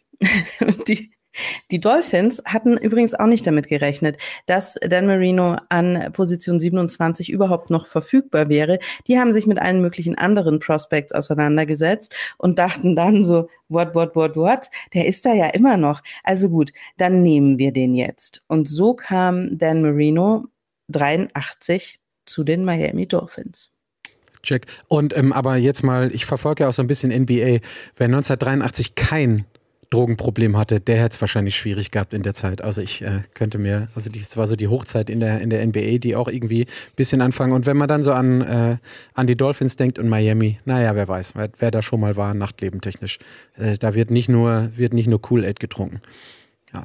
die, die Dolphins hatten übrigens auch nicht damit gerechnet, dass Dan Marino an Position siebenundzwanzig überhaupt noch verfügbar wäre. Die haben sich mit allen möglichen anderen Prospects auseinandergesetzt und dachten dann so, what, what, what, what? Der ist da ja immer noch. Also gut, dann nehmen wir den jetzt. Und so kam Dan Marino dreiundachtzig zu den Miami Dolphins. Check. Und ähm, aber jetzt mal, ich verfolge ja auch so ein bisschen N B A. Wer neunzehnhundertdreiundachtzig kein Drogenproblem hatte, der hätte es wahrscheinlich schwierig gehabt in der Zeit. Also ich äh, könnte mir, also das war so die Hochzeit in der in der N B A, die auch irgendwie ein bisschen anfangen. Und wenn man dann so an, äh, an die Dolphins denkt und Miami, naja, wer weiß, wer, wer da schon mal war, Nachtleben technisch. Äh, da wird nicht nur, wird nicht nur Kool-Aid getrunken. Ja.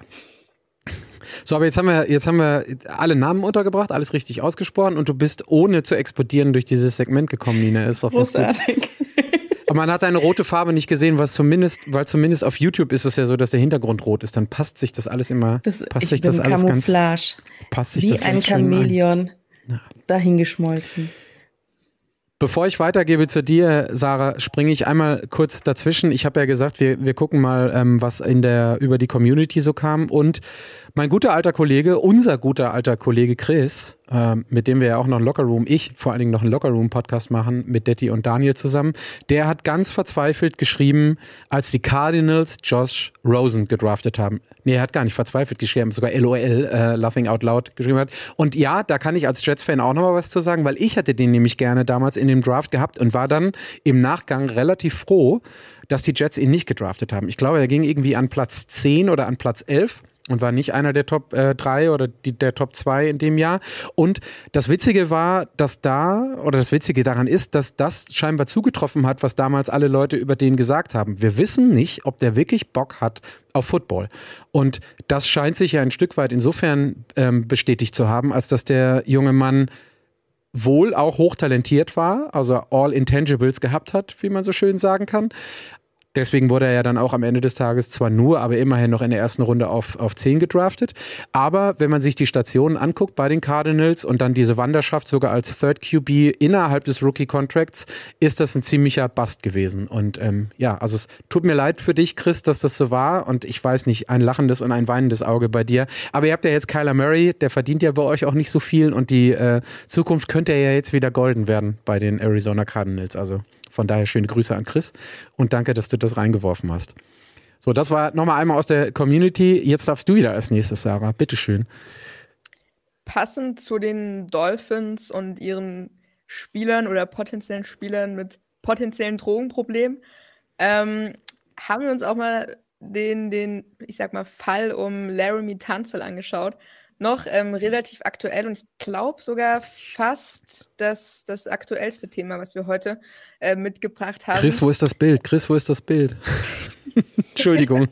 So, aber jetzt haben wir, jetzt haben wir alle Namen untergebracht, alles richtig ausgesprochen und du bist ohne zu explodieren durch dieses Segment gekommen, Nina. Ist doch großartig. Aber man hat deine rote Farbe nicht gesehen, was zumindest, weil zumindest auf YouTube ist es ja so, dass der Hintergrund rot ist. Dann passt sich das alles immer. Das, passt ich sich bin das alles Camouflage. Ganz, passt sich wie das ein ganz schön Chamäleon ja. dahingeschmolzen. Bevor ich weitergebe zu dir, Sarah, springe ich einmal kurz dazwischen. Ich habe ja gesagt, wir, wir gucken mal, ähm, was in der über die Community so kam. Und mein guter alter Kollege, unser guter alter Kollege Chris, ähm, mit dem wir ja auch noch einen Lockerroom, ich vor allen Dingen noch einen Lockerroom-Podcast machen mit Detti und Daniel zusammen, der hat ganz verzweifelt geschrieben, als die Cardinals Josh Rosen gedraftet haben. Nee, er hat gar nicht verzweifelt geschrieben, sogar LOL, äh, Laughing Out Loud geschrieben hat. Und ja, da kann ich als Jets-Fan auch nochmal was zu sagen, weil ich hatte den nämlich gerne damals in dem Draft gehabt und war dann im Nachgang relativ froh, dass die Jets ihn nicht gedraftet haben. Ich glaube, er ging irgendwie an Platz zehn oder an Platz elf. Und war nicht einer der Top drei äh, oder die, der Top zwei in dem Jahr. Und das Witzige war, dass da, oder das Witzige daran ist, dass das scheinbar zugetroffen hat, was damals alle Leute über den gesagt haben. Wir wissen nicht, ob der wirklich Bock hat auf Football. Und das scheint sich ja ein Stück weit insofern ähm, bestätigt zu haben, als dass der junge Mann wohl auch hochtalentiert war, also all Intangibles gehabt hat, wie man so schön sagen kann. Deswegen wurde er ja dann auch am Ende des Tages zwar nur, aber immerhin noch in der ersten Runde auf, auf zehn gedraftet. Aber wenn man sich die Stationen anguckt bei den Cardinals und dann diese Wanderschaft sogar als Third Q B innerhalb des Rookie-Contracts, ist das ein ziemlicher Bust gewesen. Und ähm, ja, also es tut mir leid für dich, Chris, dass das so war. Und ich weiß nicht, ein lachendes und ein weinendes Auge bei dir. Aber ihr habt ja jetzt Kyler Murray, der verdient ja bei euch auch nicht so viel. Und die äh, Zukunft könnte ja jetzt wieder golden werden bei den Arizona Cardinals. Also von daher schöne Grüße an Chris und danke, dass du das reingeworfen hast. So, das war nochmal einmal aus der Community. Jetzt darfst du wieder als nächstes, Sarah. Bitteschön. Passend zu den Dolphins und ihren Spielern oder potenziellen Spielern mit potenziellen Drogenproblemen ähm, haben wir uns auch mal den, den, ich sag mal, Fall um Laremy Tunsil angeschaut. Noch ähm, relativ aktuell und ich glaube sogar fast das, das aktuellste Thema, was wir heute äh, mitgebracht haben. Chris, wo ist das Bild? Chris, wo ist das Bild? Entschuldigung.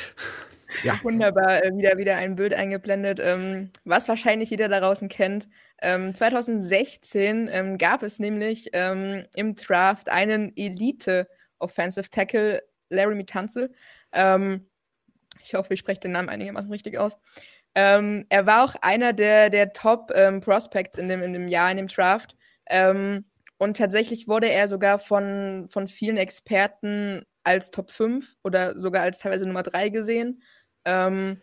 Ja. Wunderbar, äh, wieder, wieder ein Bild eingeblendet, ähm, was wahrscheinlich jeder da draußen kennt. Ähm, zwanzig sechzehn ähm, gab es nämlich ähm, im Draft einen Elite-Offensive Tackle, Laremy Tunsil. Ähm, ich hoffe, ich spreche den Namen einigermaßen richtig aus. Ähm, er war auch einer der, der Top-Prospects ähm, in, dem, in dem Jahr, in dem Draft. Ähm, und tatsächlich wurde er sogar von, von vielen Experten als Top fünf oder sogar als teilweise Nummer drei gesehen. Ähm,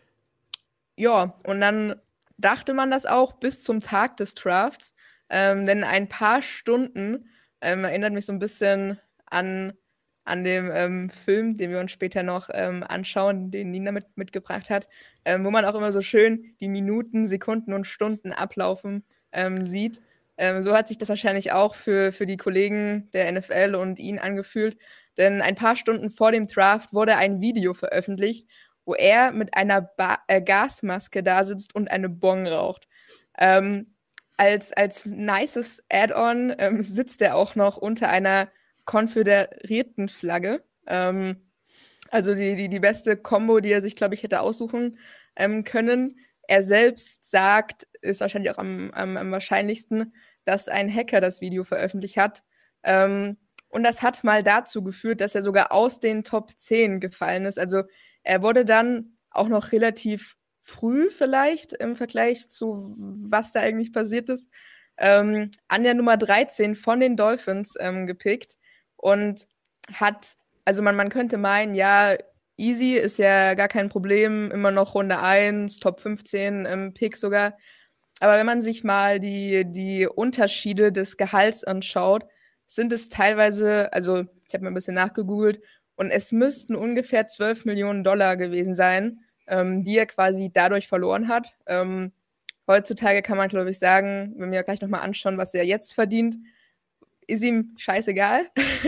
ja, und dann dachte man das auch bis zum Tag des Drafts. Ähm, denn ein paar Stunden, ähm, erinnert mich so ein bisschen an, an dem ähm, Film, den wir uns später noch ähm, anschauen, den Nina mit, mitgebracht hat, ähm, wo man auch immer so schön die Minuten, Sekunden und Stunden ablaufen ähm, sieht. Ähm, so hat sich das wahrscheinlich auch für, für die Kollegen der N F L und ihn angefühlt. Denn ein paar Stunden vor dem Draft wurde ein Video veröffentlicht, wo er mit einer ba- äh, Gasmaske da sitzt und eine Bong raucht. Ähm, als, als nices Add-on ähm, sitzt er auch noch unter einer konföderierten Flagge. Ähm, also die, die, die beste Kombo, die er sich, glaube ich, hätte aussuchen ähm, können. Er selbst sagt, ist wahrscheinlich auch am, am, am wahrscheinlichsten, dass ein Hacker das Video veröffentlicht hat. Ähm, und das hat mal dazu geführt, dass er sogar aus den Top zehn gefallen ist. Also er wurde dann auch noch relativ früh vielleicht im Vergleich zu was da eigentlich passiert ist, ähm, an der Nummer dreizehn von den Dolphins ähm, gepickt und hat, also man, man könnte meinen, ja, easy, ist ja gar kein Problem, immer noch Runde eins, Top fünfzehn ähm, Pick sogar. Aber wenn man sich mal die, die Unterschiede des Gehalts anschaut, sind es teilweise, also ich habe mal ein bisschen nachgegoogelt, und es müssten ungefähr zwölf Millionen Dollar gewesen sein, ähm, die er quasi dadurch verloren hat. Ähm, heutzutage kann man, glaube ich, sagen, wenn wir gleich nochmal anschauen, was er jetzt verdient, ist ihm scheißegal.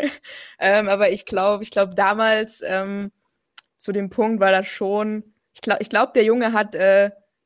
ähm, aber ich glaube, ich glaube damals ähm, zu dem Punkt war das schon, ich glaube, ich glaub, der Junge hat äh,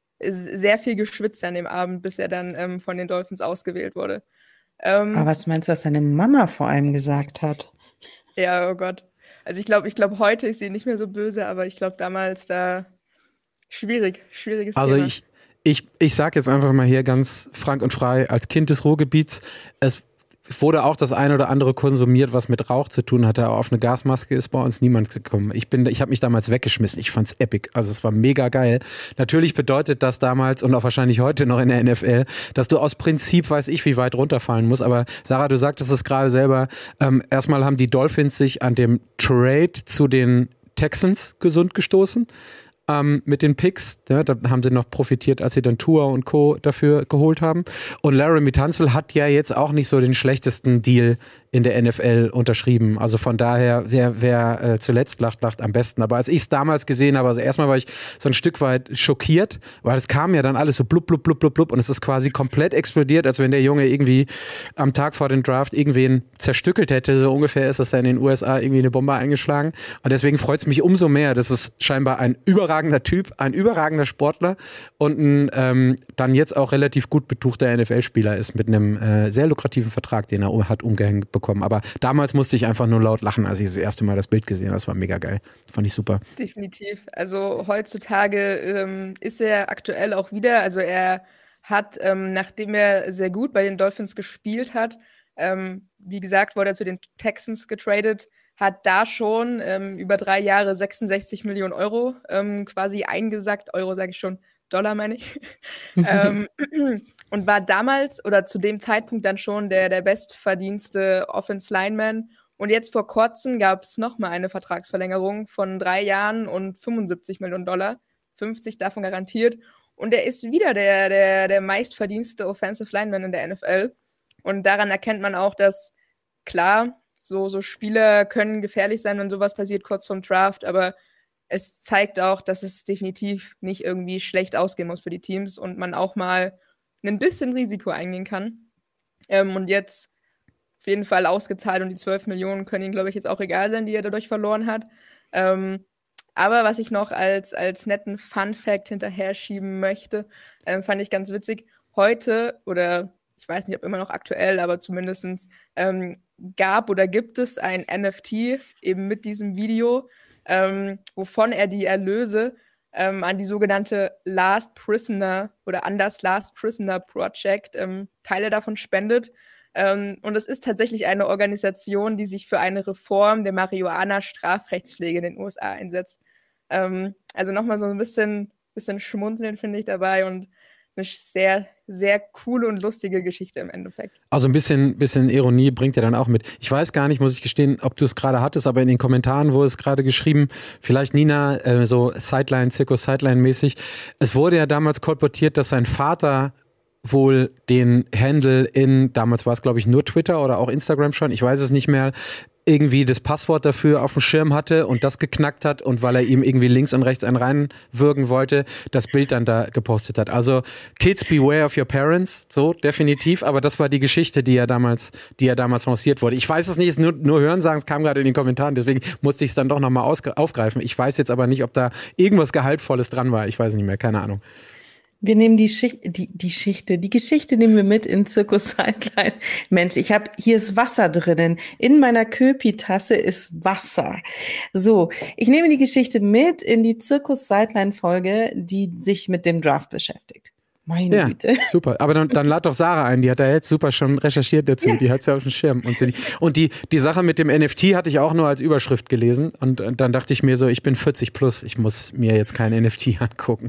sehr viel geschwitzt an dem Abend, bis er dann ähm, von den Dolphins ausgewählt wurde. Ähm, Aber was meinst du, was seine Mama vor allem gesagt hat? Ja, oh Gott. Also ich glaube, ich glaube, heute ist sie nicht mehr so böse, aber ich glaube damals da schwierig, schwieriges Also Thema. ich, ich, ich sage jetzt einfach mal hier ganz frank und frei, als Kind des Ruhrgebiets, es wurde auch das eine oder andere konsumiert, was mit Rauch zu tun hatte. Aber auf eine Gasmaske ist bei uns niemand gekommen. Ich bin, ich habe mich damals weggeschmissen. Ich fand's epic. Also es war mega geil. Natürlich bedeutet das damals und auch wahrscheinlich heute noch in der N F L, dass du aus Prinzip weiß ich, wie weit runterfallen musst. Aber Sarah, du sagtest es gerade selber. Ähm, erstmal haben die Dolphins sich an dem Trade zu den Texans gesund gestoßen. Ähm, mit den Picks, ja, da haben sie noch profitiert, als sie dann Tua und Co. dafür geholt haben. Und Laramie Tunsil hat ja jetzt auch nicht so den schlechtesten Deal in der N F L unterschrieben. Also von daher, wer, wer äh, zuletzt lacht, lacht am besten. Aber als ich es damals gesehen habe, also erstmal war ich so ein Stück weit schockiert, weil es kam ja dann alles so blub, blub, blub, blub, blub und es ist quasi komplett explodiert, als wenn der Junge irgendwie am Tag vor dem Draft irgendwen zerstückelt hätte. So ungefähr ist das da in den U S A irgendwie eine Bombe eingeschlagen. Und deswegen freut es mich umso mehr, dass es scheinbar ein überragender Typ, ein überragender Sportler und ein ähm, dann jetzt auch relativ gut betuchter N F L-Spieler ist mit einem äh, sehr lukrativen Vertrag, den er hat umgehängt bekommen. Aber damals musste ich einfach nur laut lachen, als ich das erste Mal das Bild gesehen habe. Das war mega geil. Fand ich super. Definitiv. Also heutzutage ähm, ist er aktuell auch wieder, also er hat, ähm, nachdem er sehr gut bei den Dolphins gespielt hat, ähm, wie gesagt, wurde er zu den Texans getradet, hat da schon ähm, über drei Jahre sechsundsechzig Millionen Euro ähm, quasi eingesackt. Euro sage ich schon, Dollar meine ich. ähm, und war damals oder zu dem Zeitpunkt dann schon der, der bestverdienste Offense Lineman. Und jetzt vor kurzem gab es nochmal eine Vertragsverlängerung von drei Jahren und fünfundsiebzig Millionen Dollar. fünfzig davon garantiert. Und er ist wieder der, der, der meistverdienste Offensive Lineman in der N F L. Und daran erkennt man auch, dass, klar, so, so Spieler können gefährlich sein, wenn sowas passiert, kurz vorm Draft, aber es zeigt auch, dass es definitiv nicht irgendwie schlecht ausgehen muss für die Teams und man auch mal ein bisschen Risiko eingehen kann. Ähm, und jetzt auf jeden Fall ausgezahlt und die zwölf Millionen können ihm, glaube ich, jetzt auch egal sein, die er dadurch verloren hat. Ähm, aber was ich noch als, als netten Fun-Fact hinterher schieben möchte, ähm, fand ich ganz witzig. Heute, oder ich weiß nicht, ob immer noch aktuell, aber zumindest ähm, gab oder gibt es ein N F T eben mit diesem Video, ähm, wovon er die Erlöse ähm, an die sogenannte Last Prisoner oder an das Last Prisoner Project ähm, Teile davon spendet. Ähm, und es ist tatsächlich eine Organisation, die sich für eine Reform der Marihuana-Strafrechtspflege in den U S A einsetzt. Ähm, also nochmal so ein bisschen, bisschen schmunzeln finde ich dabei und eine sehr, sehr coole und lustige Geschichte im Endeffekt. Also ein bisschen, bisschen Ironie bringt er dann auch mit. Ich weiß gar nicht, muss ich gestehen, ob du es gerade hattest, aber in den Kommentaren wurde es gerade geschrieben, vielleicht Nina, äh, so Sideline, Zirkus Sideline-mäßig. Es wurde ja damals kolportiert, dass sein Vater wohl den Handle in, damals war es glaube ich nur Twitter oder auch Instagram schon, ich weiß es nicht mehr, irgendwie das Passwort dafür auf dem Schirm hatte und das geknackt hat und weil er ihm irgendwie links und rechts einen reinwürgen wollte, das Bild dann da gepostet hat. Also Kids beware of your parents, so definitiv, aber das war die Geschichte, die ja damals, die ja damals lanciert wurde. Ich weiß es nicht, es ist nur, nur Hörensagen, es kam gerade in den Kommentaren, deswegen musste ich es dann doch nochmal aufgreifen. Ich weiß jetzt aber nicht, ob da irgendwas Gehaltvolles dran war, ich weiß nicht mehr, keine Ahnung. Wir nehmen die Schicht, die, die Schichte, die Geschichte nehmen wir mit in Zirkus Sideline. Mensch, ich habe, hier ist Wasser drinnen. In meiner Köpi-Tasse ist Wasser. So, ich nehme die Geschichte mit in die Zirkus Sideline-Folge, die sich mit dem Draft beschäftigt. Meine ja, Güte. Super. Aber dann, dann lad doch Sarah ein, die hat da jetzt super schon recherchiert dazu, ja. Die hat es ja auf dem Schirm. Und, sie, und die, die Sache mit dem N F T hatte ich auch nur als Überschrift gelesen und, und dann dachte ich mir so, ich bin vierzig plus, ich muss mir jetzt kein N F T angucken.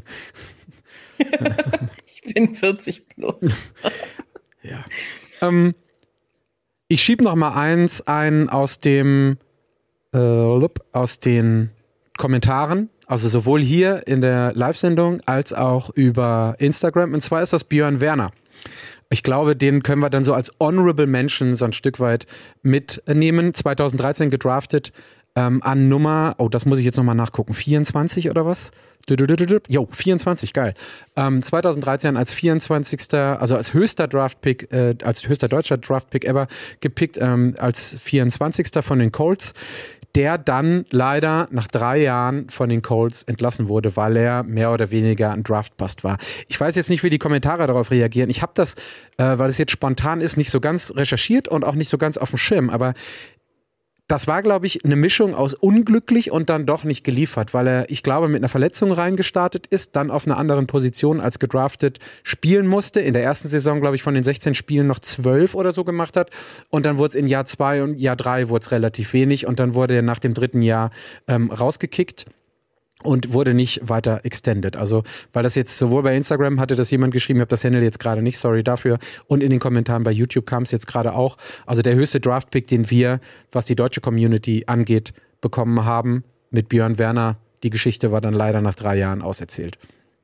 Ich bin vierzig plus. Ja. Ähm, ich schiebe noch mal eins ein aus dem äh, aus den Kommentaren, also sowohl hier in der Live-Sendung als auch über Instagram. Und zwar ist das Björn Werner. Ich glaube, den können wir dann so als Honorable Mention so ein Stück weit mitnehmen. zweitausenddreizehn gedraftet ähm, an Nummer, oh, das muss ich jetzt nochmal nachgucken, vierundzwanzig oder was? Jo, vierundzwanzig, geil. Ähm, zweitausenddreizehn als vierundzwanzigster, also als höchster Draft-Pick, äh, als höchster deutscher Draft-Pick ever gepickt, ähm, als vierundzwanzigster von den Colts, der dann leider nach drei Jahren von den Colts entlassen wurde, weil er mehr oder weniger ein Draft-Bust war. Ich weiß jetzt nicht, wie die Kommentare darauf reagieren. Ich habe das, äh, weil es jetzt spontan ist, nicht so ganz recherchiert und auch nicht so ganz auf dem Schirm, aber das war, glaube ich, eine Mischung aus unglücklich und dann doch nicht geliefert, weil er, ich glaube, mit einer Verletzung reingestartet ist, dann auf einer anderen Position als gedraftet spielen musste. In der ersten Saison, glaube ich, von den sechzehn Spielen noch zwölf oder so gemacht hat. Und dann wurde es in Jahr zwei und Jahr drei wurde es relativ wenig. Und dann wurde er nach dem dritten Jahr ähm, rausgekickt. Und wurde nicht weiter extended. Also, weil das jetzt sowohl bei Instagram hatte das jemand geschrieben, ich habe das Handle jetzt gerade nicht, sorry dafür. Und in den Kommentaren bei YouTube kam es jetzt gerade auch. Also der höchste Draft-Pick, den wir, was die deutsche Community angeht, bekommen haben mit Björn Werner. Die Geschichte war dann leider nach drei Jahren auserzählt.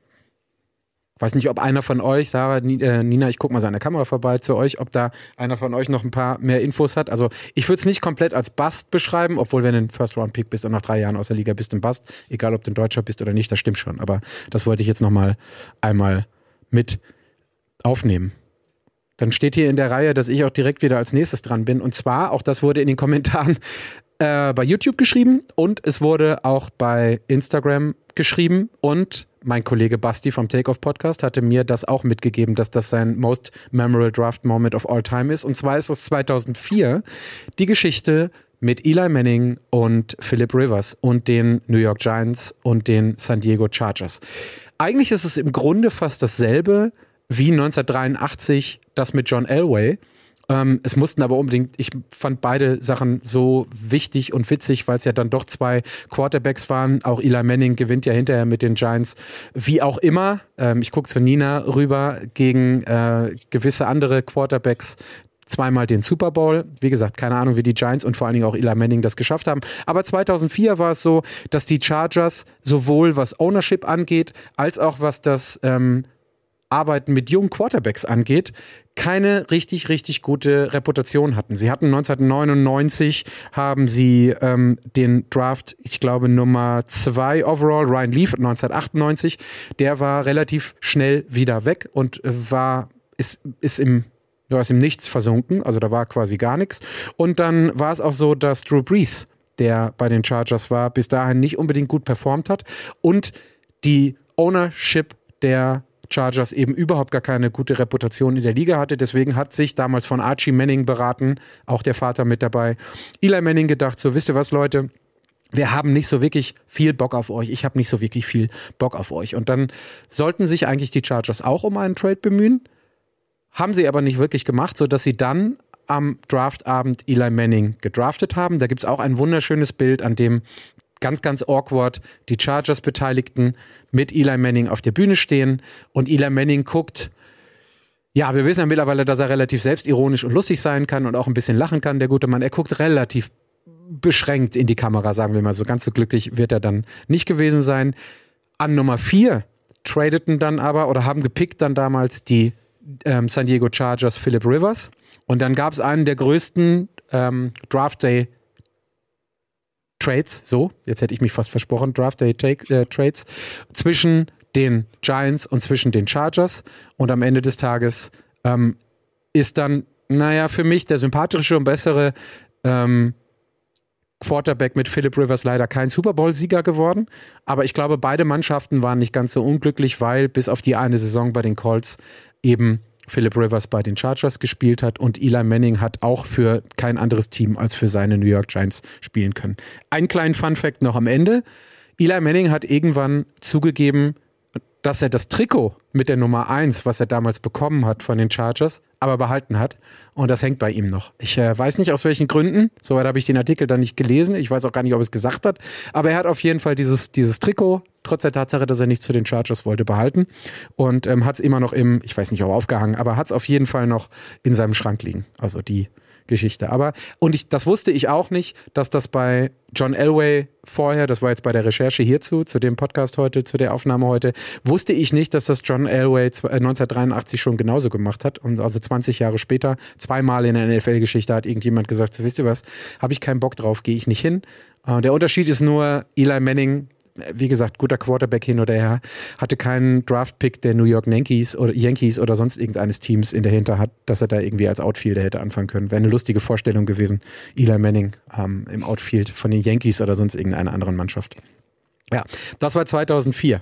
Ich weiß nicht, ob einer von euch, Sarah, Nina, ich gucke mal seine Kamera vorbei zu euch, ob da einer von euch noch ein paar mehr Infos hat. Also ich würde es nicht komplett als Bust beschreiben, obwohl wenn du ein First-Round-Pick bist und nach drei Jahren aus der Liga bist du ein Bust, egal ob du ein Deutscher bist oder nicht, das stimmt schon. Aber das wollte ich jetzt nochmal einmal mit aufnehmen. Dann steht hier in der Reihe, dass ich auch direkt wieder als nächstes dran bin. Und zwar, auch das wurde in den Kommentaren äh, bei YouTube geschrieben und es wurde auch bei Instagram geschrieben und mein Kollege Basti vom Takeoff Podcast hatte mir das auch mitgegeben, dass das sein most memorable Draft Moment of all time ist. Und zwar ist es zweitausendvier die Geschichte mit Eli Manning und Philip Rivers und den New York Giants und den San Diego Chargers. Eigentlich ist es im Grunde fast dasselbe wie neunzehnhundertdreiundachtzig das mit John Elway. Ähm, es mussten aber unbedingt, ich fand beide Sachen so wichtig und witzig, weil es ja dann doch zwei Quarterbacks waren. Auch Eli Manning gewinnt ja hinterher mit den Giants. Wie auch immer, ähm, ich gucke zu Nina rüber, gegen äh, gewisse andere Quarterbacks zweimal den Super Bowl. Wie gesagt, keine Ahnung, wie die Giants und vor allen Dingen auch Eli Manning das geschafft haben. Aber zweitausendvier war es so, dass die Chargers sowohl was Ownership angeht, als auch was das ähm, Arbeiten mit jungen Quarterbacks angeht, keine richtig, richtig gute Reputation hatten. Sie hatten neunzehnhundertneunundneunzig, haben sie ähm, den Draft, ich glaube Nummer zwei overall, Ryan Leaf neunzehnhundertachtundneunzig, der war relativ schnell wieder weg und war, ist, ist im ja, ist im Nichts versunken, also da war quasi gar nichts. Und dann war es auch so, dass Drew Brees, der bei den Chargers war, bis dahin nicht unbedingt gut performt hat und die Ownership der Chargers eben überhaupt gar keine gute Reputation in der Liga hatte. Deswegen hat sich damals von Archie Manning beraten, auch der Vater mit dabei, Eli Manning gedacht, so wisst ihr was, Leute, wir haben nicht so wirklich viel Bock auf euch. Ich habe nicht so wirklich viel Bock auf euch. Und dann sollten sich eigentlich die Chargers auch um einen Trade bemühen, haben sie aber nicht wirklich gemacht, sodass sie dann am Draftabend Eli Manning gedraftet haben. Da gibt es auch ein wunderschönes Bild, an dem ganz, ganz awkward die Chargers-Beteiligten mit Eli Manning auf der Bühne stehen und Eli Manning guckt, ja, wir wissen ja mittlerweile, dass er relativ selbstironisch und lustig sein kann und auch ein bisschen lachen kann, der gute Mann. Er guckt relativ beschränkt in die Kamera, sagen wir mal so. Ganz so glücklich wird er dann nicht gewesen sein. An Nummer vier tradeten dann aber oder haben gepickt dann damals die ähm, San Diego Chargers Philip Rivers und dann gab es einen der größten ähm, Draft Day Trades, so, jetzt hätte ich mich fast versprochen, Draft Day Take, äh, Trades, zwischen den Giants und zwischen den Chargers und am Ende des Tages ähm, ist dann, naja, für mich der sympathische und bessere ähm, Quarterback mit Philip Rivers leider kein Super Bowl-Sieger geworden, aber ich glaube, beide Mannschaften waren nicht ganz so unglücklich, weil bis auf die eine Saison bei den Colts eben Philip Rivers bei den Chargers gespielt hat und Eli Manning hat auch für kein anderes Team als für seine New York Giants spielen können. Einen kleinen Fun-Fact noch am Ende. Eli Manning hat irgendwann zugegeben, dass er das Trikot mit der Nummer eins, was er damals bekommen hat von den Chargers, aber behalten hat. Und das hängt bei ihm noch. Ich äh, weiß nicht, aus welchen Gründen. Soweit habe ich den Artikel dann nicht gelesen. Ich weiß auch gar nicht, ob er es gesagt hat. Aber er hat auf jeden Fall dieses, dieses Trikot, trotz der Tatsache, dass er nicht zu den Chargers wollte, behalten. Und ähm, hat es immer noch im, ich weiß nicht, ob aufgehangen, aber hat es auf jeden Fall noch in seinem Schrank liegen. Also die Geschichte. Aber, und ich, das wusste ich auch nicht, dass das bei John Elway vorher, das war jetzt bei der Recherche hierzu, zu dem Podcast heute, zu der Aufnahme heute, wusste ich nicht, dass das John Elway neunzehnhundertdreiundachtzig schon genauso gemacht hat. Und also zwanzig Jahre später, zweimal in der N F L-Geschichte hat irgendjemand gesagt, so, wisst ihr was, habe ich keinen Bock drauf, gehe ich nicht hin. Uh, der Unterschied ist nur, Eli Manning, wie gesagt, guter Quarterback hin oder her, hatte keinen Draft-Pick der New York Yankees oder Yankees oder sonst irgendeines Teams in der Hinterhand, dass er da irgendwie als Outfielder hätte anfangen können. Wäre eine lustige Vorstellung gewesen, Eli Manning ähm, im Outfield von den Yankees oder sonst irgendeiner anderen Mannschaft. Ja, das war zweitausendvier.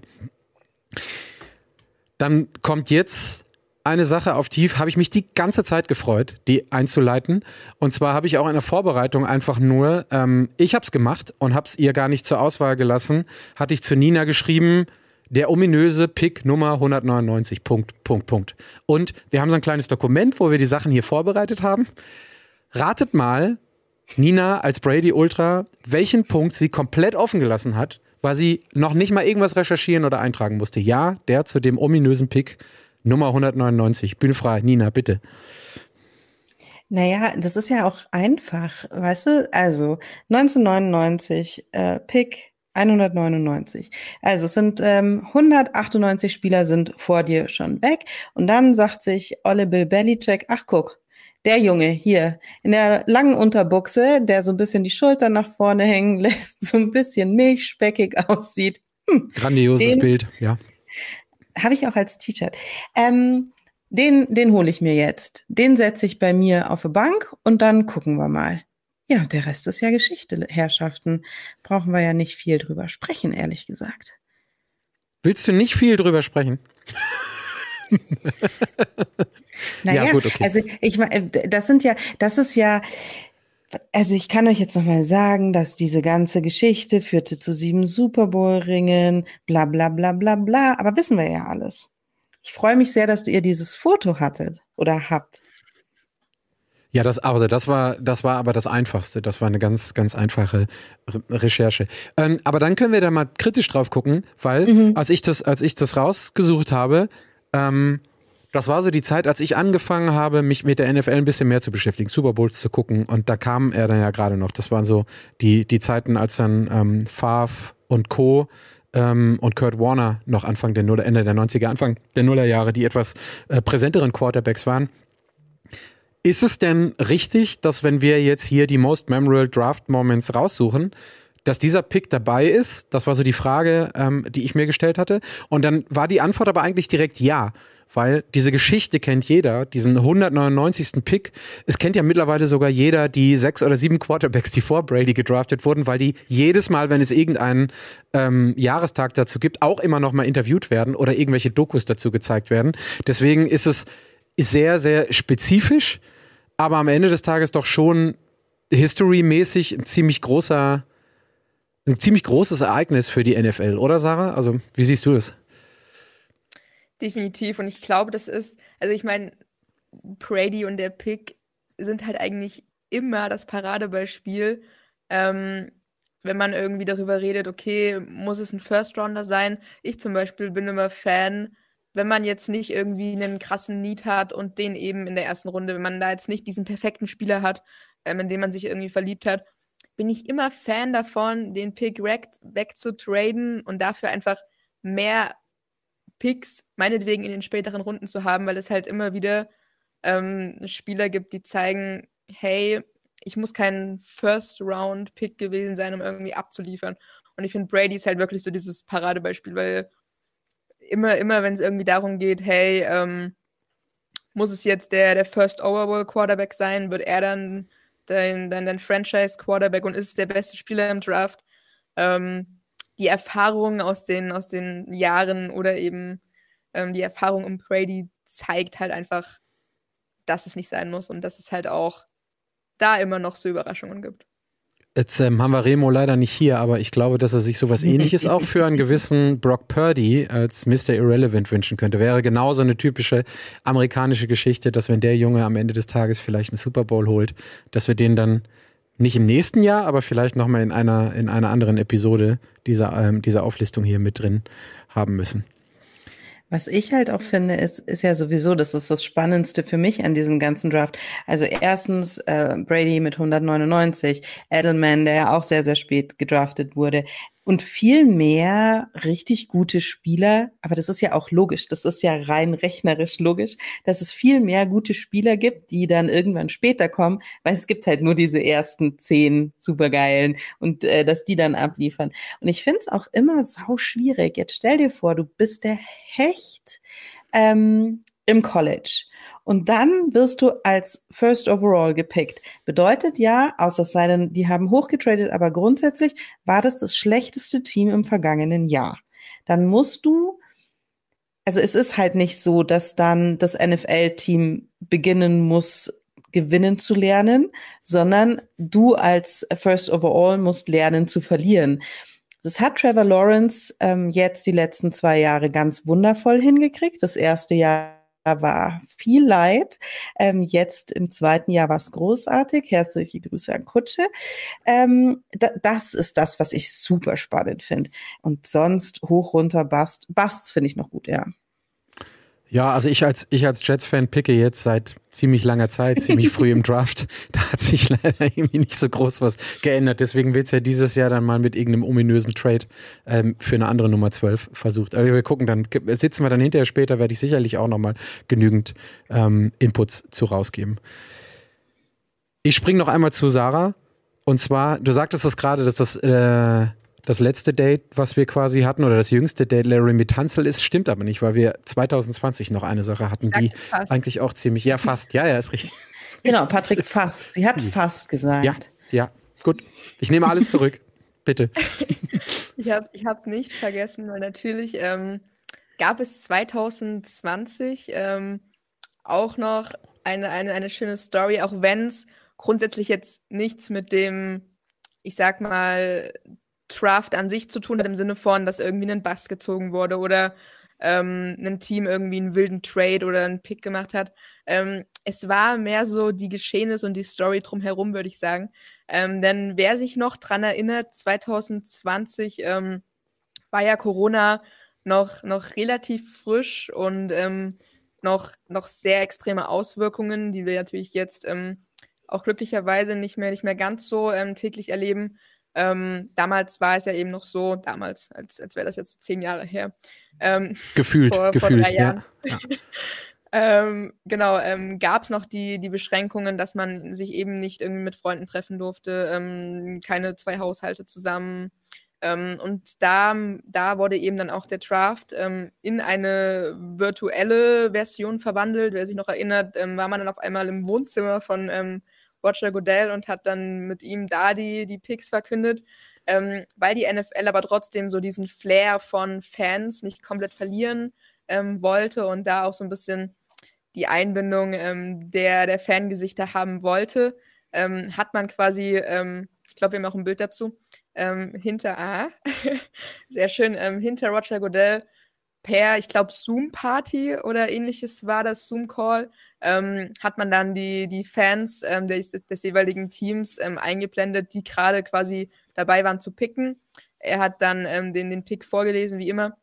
Dann kommt jetzt eine Sache, auf die habe ich mich die ganze Zeit gefreut, die einzuleiten. Und zwar habe ich auch in der Vorbereitung einfach nur, ähm, ich habe es gemacht und habe es ihr gar nicht zur Auswahl gelassen, hatte ich zu Nina geschrieben, der ominöse Pick Nummer hundertneunundneunzig, Punkt, Punkt, Punkt. Und wir haben so ein kleines Dokument, wo wir die Sachen hier vorbereitet haben. Ratet mal, Nina als Brady Ultra, welchen Punkt sie komplett offen gelassen hat, weil sie noch nicht mal irgendwas recherchieren oder eintragen musste. Ja, der zu dem ominösen Pick Nummer hundertneunundneunzig. Bühne frei. Nina, bitte. Naja, das ist ja auch einfach, weißt du? Also neunzehnhundertneunundneunzig, äh, Pick hundertneunundneunzig. Also es sind ähm, hundertachtundneunzig Spieler sind vor dir schon weg. Und dann sagt sich Olle Bill Belichick, ach guck, der Junge hier in der langen Unterbuchse, der so ein bisschen die Schultern nach vorne hängen lässt, so ein bisschen milchspeckig aussieht. Hm, Grandioses den, Bild, ja. Habe ich auch als T-Shirt. Ähm, den den hole ich mir jetzt. Den setze ich bei mir auf eine Bank und dann gucken wir mal. Ja, der Rest ist ja Geschichte, Herrschaften. Brauchen wir ja nicht viel drüber sprechen, ehrlich gesagt. Willst du nicht viel drüber sprechen? Naja, ja, gut, okay. Also ich meine, das sind ja, das ist ja, also ich kann euch jetzt noch mal sagen, dass diese ganze Geschichte führte zu sieben Super Bowl-Ringen, bla bla bla bla bla, aber wissen wir ja alles. Ich freue mich sehr, dass ihr dieses Foto hattet oder habt. Ja, das, also das war, das war aber das Einfachste. Das war eine ganz, ganz einfache Re- Recherche. Ähm, aber dann können wir da mal kritisch drauf gucken, weil mhm. als ich das, als ich das rausgesucht habe, ähm, das war so die Zeit, als ich angefangen habe, mich mit der N F L ein bisschen mehr zu beschäftigen, Super Bowls zu gucken. Und da kam er dann ja gerade noch. Das waren so die, die Zeiten, als dann ähm, Favre und Co. Ähm, und Kurt Warner noch Anfang der Nuller, Ende der neunziger, Anfang der Nullerjahre, die etwas äh, präsenteren Quarterbacks waren. Ist es denn richtig, dass wenn wir jetzt hier die Most Memorable Draft Moments raussuchen, dass dieser Pick dabei ist? Das war so die Frage, ähm, die ich mir gestellt hatte. Und dann war die Antwort aber eigentlich direkt ja. Weil diese Geschichte kennt jeder, diesen hundertneunundneunzigsten Pick. Es kennt ja mittlerweile sogar jeder die sechs oder sieben Quarterbacks, die vor Brady gedraftet wurden, weil die jedes Mal, wenn es irgendeinen ähm, Jahrestag dazu gibt, auch immer noch mal interviewt werden oder irgendwelche Dokus dazu gezeigt werden. Deswegen ist es sehr, sehr spezifisch, aber am Ende des Tages doch schon history-mäßig ein ziemlich großer, ein ziemlich großes Ereignis für die N F L, oder Sarah? Also, wie siehst du das? Definitiv. Und ich glaube, das ist, also ich meine, Brady und der Pick sind halt eigentlich immer das Paradebeispiel, ähm, wenn man irgendwie darüber redet, okay, muss es ein First-Rounder sein? Ich zum Beispiel bin immer Fan, wenn man jetzt nicht irgendwie einen krassen Need hat und den eben in der ersten Runde, wenn man da jetzt nicht diesen perfekten Spieler hat, ähm, in den man sich irgendwie verliebt hat, bin ich immer Fan davon, den Pick wegzutraden und dafür einfach mehr Picks meinetwegen in den späteren Runden zu haben, weil es halt immer wieder ähm, Spieler gibt, die zeigen, hey, ich muss kein First-Round-Pick gewesen sein, um irgendwie abzuliefern. Und ich finde, Brady ist halt wirklich so dieses Paradebeispiel, weil immer, immer wenn es irgendwie darum geht, hey, ähm, muss es jetzt der, der First-Overall-Quarterback sein, wird er dann dein, dein, dein Franchise-Quarterback und ist es der beste Spieler im Draft? Ähm, die Erfahrung aus den, aus den Jahren oder eben ähm, die Erfahrung um Brady zeigt halt einfach, dass es nicht sein muss und dass es halt auch da immer noch so Überraschungen gibt. Jetzt ähm, haben wir Remo leider nicht hier, aber ich glaube, dass er sich sowas Ähnliches auch für einen gewissen Brock Purdy als Mister Irrelevant wünschen könnte. Wäre genauso eine typische amerikanische Geschichte, dass wenn der Junge am Ende des Tages vielleicht einen Super Bowl holt, dass wir den dann nicht im nächsten Jahr, aber vielleicht nochmal in einer, in einer anderen Episode dieser, ähm, dieser Auflistung hier mit drin haben müssen. Was ich halt auch finde, ist, ist ja sowieso, das ist das Spannendste für mich an diesem ganzen Draft. Also erstens äh, Brady mit hundertneunundneunzig, Edelman, der ja auch sehr, sehr spät gedraftet wurde und viel mehr richtig gute Spieler. Aber das ist ja auch logisch, das ist ja rein rechnerisch logisch, dass es viel mehr gute Spieler gibt, die dann irgendwann später kommen, weil es gibt halt nur diese ersten zehn Supergeilen und äh, dass die dann abliefern. Und ich finde es auch immer sau schwierig. Jetzt stell dir vor, du bist der Hecht ähm, im College. Und dann wirst du als First Overall gepickt. Bedeutet ja, außer es sei denn, die haben hochgetradet, aber grundsätzlich war das das schlechteste Team im vergangenen Jahr. Dann musst du, also es ist halt nicht so, dass dann das N F L-Team beginnen muss, gewinnen zu lernen, sondern du als First Overall musst lernen zu verlieren. Das hat Trevor Lawrence ähm, jetzt die letzten zwei Jahre ganz wundervoll hingekriegt. Das erste Jahr war viel Leid. Ähm, jetzt im zweiten Jahr war es großartig. Herzliche Grüße an Kutsche. Ähm, da, das ist das, was ich super spannend finde. Und sonst hoch, runter, Bust. Busts finde ich noch gut, ja. Ja, also ich als, ich als Jets-Fan picke jetzt seit ziemlich langer Zeit, ziemlich früh im Draft. Da hat sich leider irgendwie nicht so groß was geändert. Deswegen wird es ja dieses Jahr dann mal mit irgendeinem ominösen Trade ähm, für eine andere Nummer zwölf versucht. Aber wir gucken dann, sitzen wir dann hinterher später, werde ich sicherlich auch nochmal genügend ähm, Inputs zu rausgeben. Ich springe noch einmal zu Sarah. Und zwar, du sagtest es gerade, dass das äh, das letzte Date, was wir quasi hatten, oder das jüngste Date Larry mit Hansel ist, stimmt aber nicht, weil wir zwanzig zwanzig noch eine Sache hatten, die fast. Eigentlich auch ziemlich, ja fast, ja, ja, ist richtig. Genau, Patrick fast, sie hat fast gesagt. Ja, ja, gut, ich nehme alles zurück, bitte. Ich habe ich es nicht vergessen, weil natürlich ähm, gab es zwanzig zwanzig ähm, auch noch eine, eine, eine schöne Story, auch wenn es grundsätzlich jetzt nichts mit dem, ich sag mal, Draft an sich zu tun hat, im Sinne von, dass irgendwie ein Bust gezogen wurde oder ähm, ein Team irgendwie einen wilden Trade oder einen Pick gemacht hat. Ähm, es war mehr so die Geschehnisse und die Story drumherum, würde ich sagen. Ähm, denn wer sich noch dran erinnert, zwanzig zwanzig ähm, war ja Corona noch, noch relativ frisch und ähm, noch, noch sehr extreme Auswirkungen, die wir natürlich jetzt ähm, auch glücklicherweise nicht mehr, nicht mehr ganz so ähm, täglich erleben. Ähm, damals war es ja eben noch so, damals, als, als wäre das jetzt so zehn Jahre her. Ähm, gefühlt, vor, gefühlt, vor drei Jahren. Ja. ähm, genau, ähm, gab es noch die, die Beschränkungen, dass man sich eben nicht irgendwie mit Freunden treffen durfte, ähm, keine zwei Haushalte zusammen. Ähm, und da, da wurde eben dann auch der Draft ähm, in eine virtuelle Version verwandelt. Wer sich noch erinnert, ähm, war man dann auf einmal im Wohnzimmer von ähm, Roger Goodell und hat dann mit ihm da die, die Picks verkündet, ähm, weil die N F L aber trotzdem so diesen Flair von Fans nicht komplett verlieren ähm, wollte und da auch so ein bisschen die Einbindung ähm, der, der Fangesichter haben wollte, ähm, hat man quasi, ähm, ich glaube, wir haben auch ein Bild dazu, ähm, hinter, ah, sehr schön, ähm, hinter Roger Goodell per, ich glaube, Zoom-Party oder ähnliches war das, Zoom-Call, ähm, hat man dann die, die Fans ähm, des, des jeweiligen Teams ähm, eingeblendet, die gerade quasi dabei waren zu picken. Er hat dann ähm, den, den Pick vorgelesen, wie immer.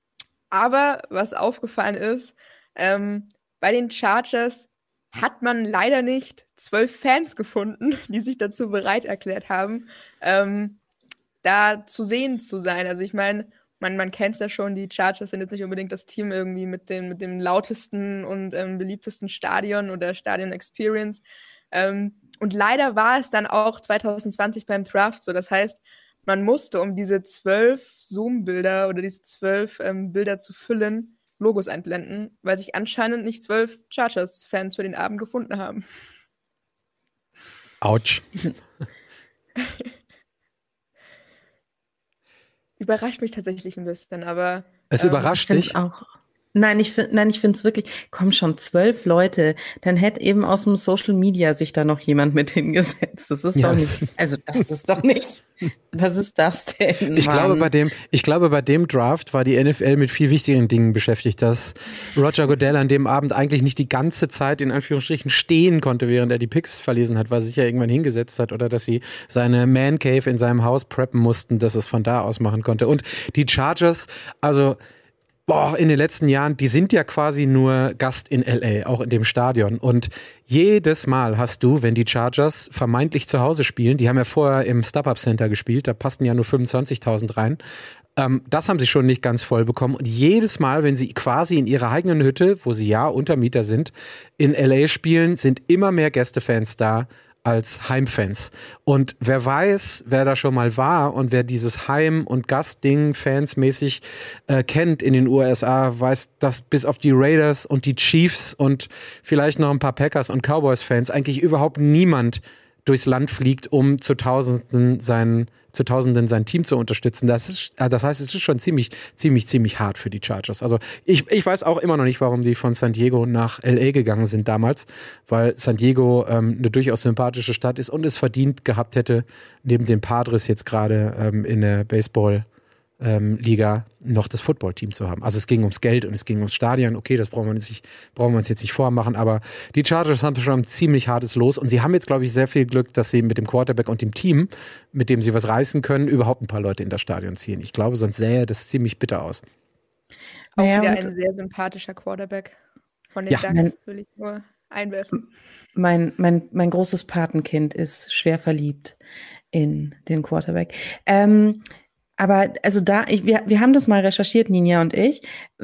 Aber was aufgefallen ist, ähm, bei den Chargers hat man leider nicht zwölf Fans gefunden, die sich dazu bereit erklärt haben, ähm, da zu sehen zu sein. Also ich meine, Man, man kennt es ja schon, die Chargers sind jetzt nicht unbedingt das Team irgendwie mit dem, mit dem lautesten und ähm, beliebtesten Stadion oder Stadion-Experience. Ähm, und leider war es dann auch zwanzig zwanzig beim Draft so. Das heißt, man musste, um diese zwölf Zoom-Bilder oder diese zwölf ähm, Bilder zu füllen, Logos einblenden, weil sich anscheinend nicht zwölf Chargers-Fans für den Abend gefunden haben. Autsch. Überrascht mich tatsächlich ein bisschen, aber Es ähm, überrascht Ich finde dich? es auch. Nein, ich finde, nein, ich finde es wirklich, komm schon, zwölf Leute, dann hätte eben aus dem Social Media sich da noch jemand mit hingesetzt. Das ist Ja, doch es- nicht, also das ist doch nicht, was ist das denn? Ich glaube, Mann? bei dem, ich glaube, bei dem Draft war die N F L mit viel wichtigeren Dingen beschäftigt, dass Roger Goodell an dem Abend eigentlich nicht die ganze Zeit in Anführungsstrichen stehen konnte, während er die Picks verlesen hat, weil er sich ja irgendwann hingesetzt hat, oder dass sie seine Man Cave in seinem Haus preppen mussten, dass es von da aus machen konnte. Und die Chargers, also boah, in den letzten Jahren, die sind ja quasi nur Gast in L A, auch in dem Stadion. Und jedes Mal hast du, wenn die Chargers vermeintlich zu Hause spielen, die haben ja vorher im StubHub Center gespielt, da passten ja nur fünfundzwanzigtausend rein. Ähm, das haben sie schon nicht ganz voll bekommen. Und jedes Mal, wenn sie quasi in ihrer eigenen Hütte, wo sie ja Untermieter sind, in L A spielen, sind immer mehr Gästefans da als Heimfans. Und wer weiß, wer da schon mal war und wer dieses Heim- und Gastding fansmäßig äh, kennt in den U S A, weiß, dass bis auf die Raiders und die Chiefs und vielleicht noch ein paar Packers und Cowboys-Fans eigentlich überhaupt niemand durchs Land fliegt, um zu Tausenden sein, zu Tausenden sein Team zu unterstützen. Das ist, das heißt, es ist schon ziemlich, ziemlich, ziemlich hart für die Chargers. Also ich, ich weiß auch immer noch nicht, warum die von San Diego nach L A gegangen sind damals, weil San Diego ähm, eine durchaus sympathische Stadt ist und es verdient gehabt hätte, neben den Padres jetzt gerade ähm, in der Baseball Ähm, Liga noch das Footballteam zu haben. Also es ging ums Geld und es ging ums Stadion. Okay, das brauchen wir, nicht, brauchen wir uns jetzt nicht vormachen, aber die Chargers haben schon ein ziemlich hartes Los und sie haben jetzt, glaube ich, sehr viel Glück, dass sie mit dem Quarterback und dem Team, mit dem sie was reißen können, überhaupt ein paar Leute in das Stadion ziehen. Ich glaube, sonst sähe das ziemlich bitter aus. Auch Ja, wieder und- ein sehr sympathischer Quarterback von den Ja. Ducks, Mein- will ich nur einwerfen. Mein, mein, mein großes Patenkind ist schwer verliebt in den Quarterback. Ähm, aber also da, ich, wir, wir haben das mal recherchiert, Ninja und ich,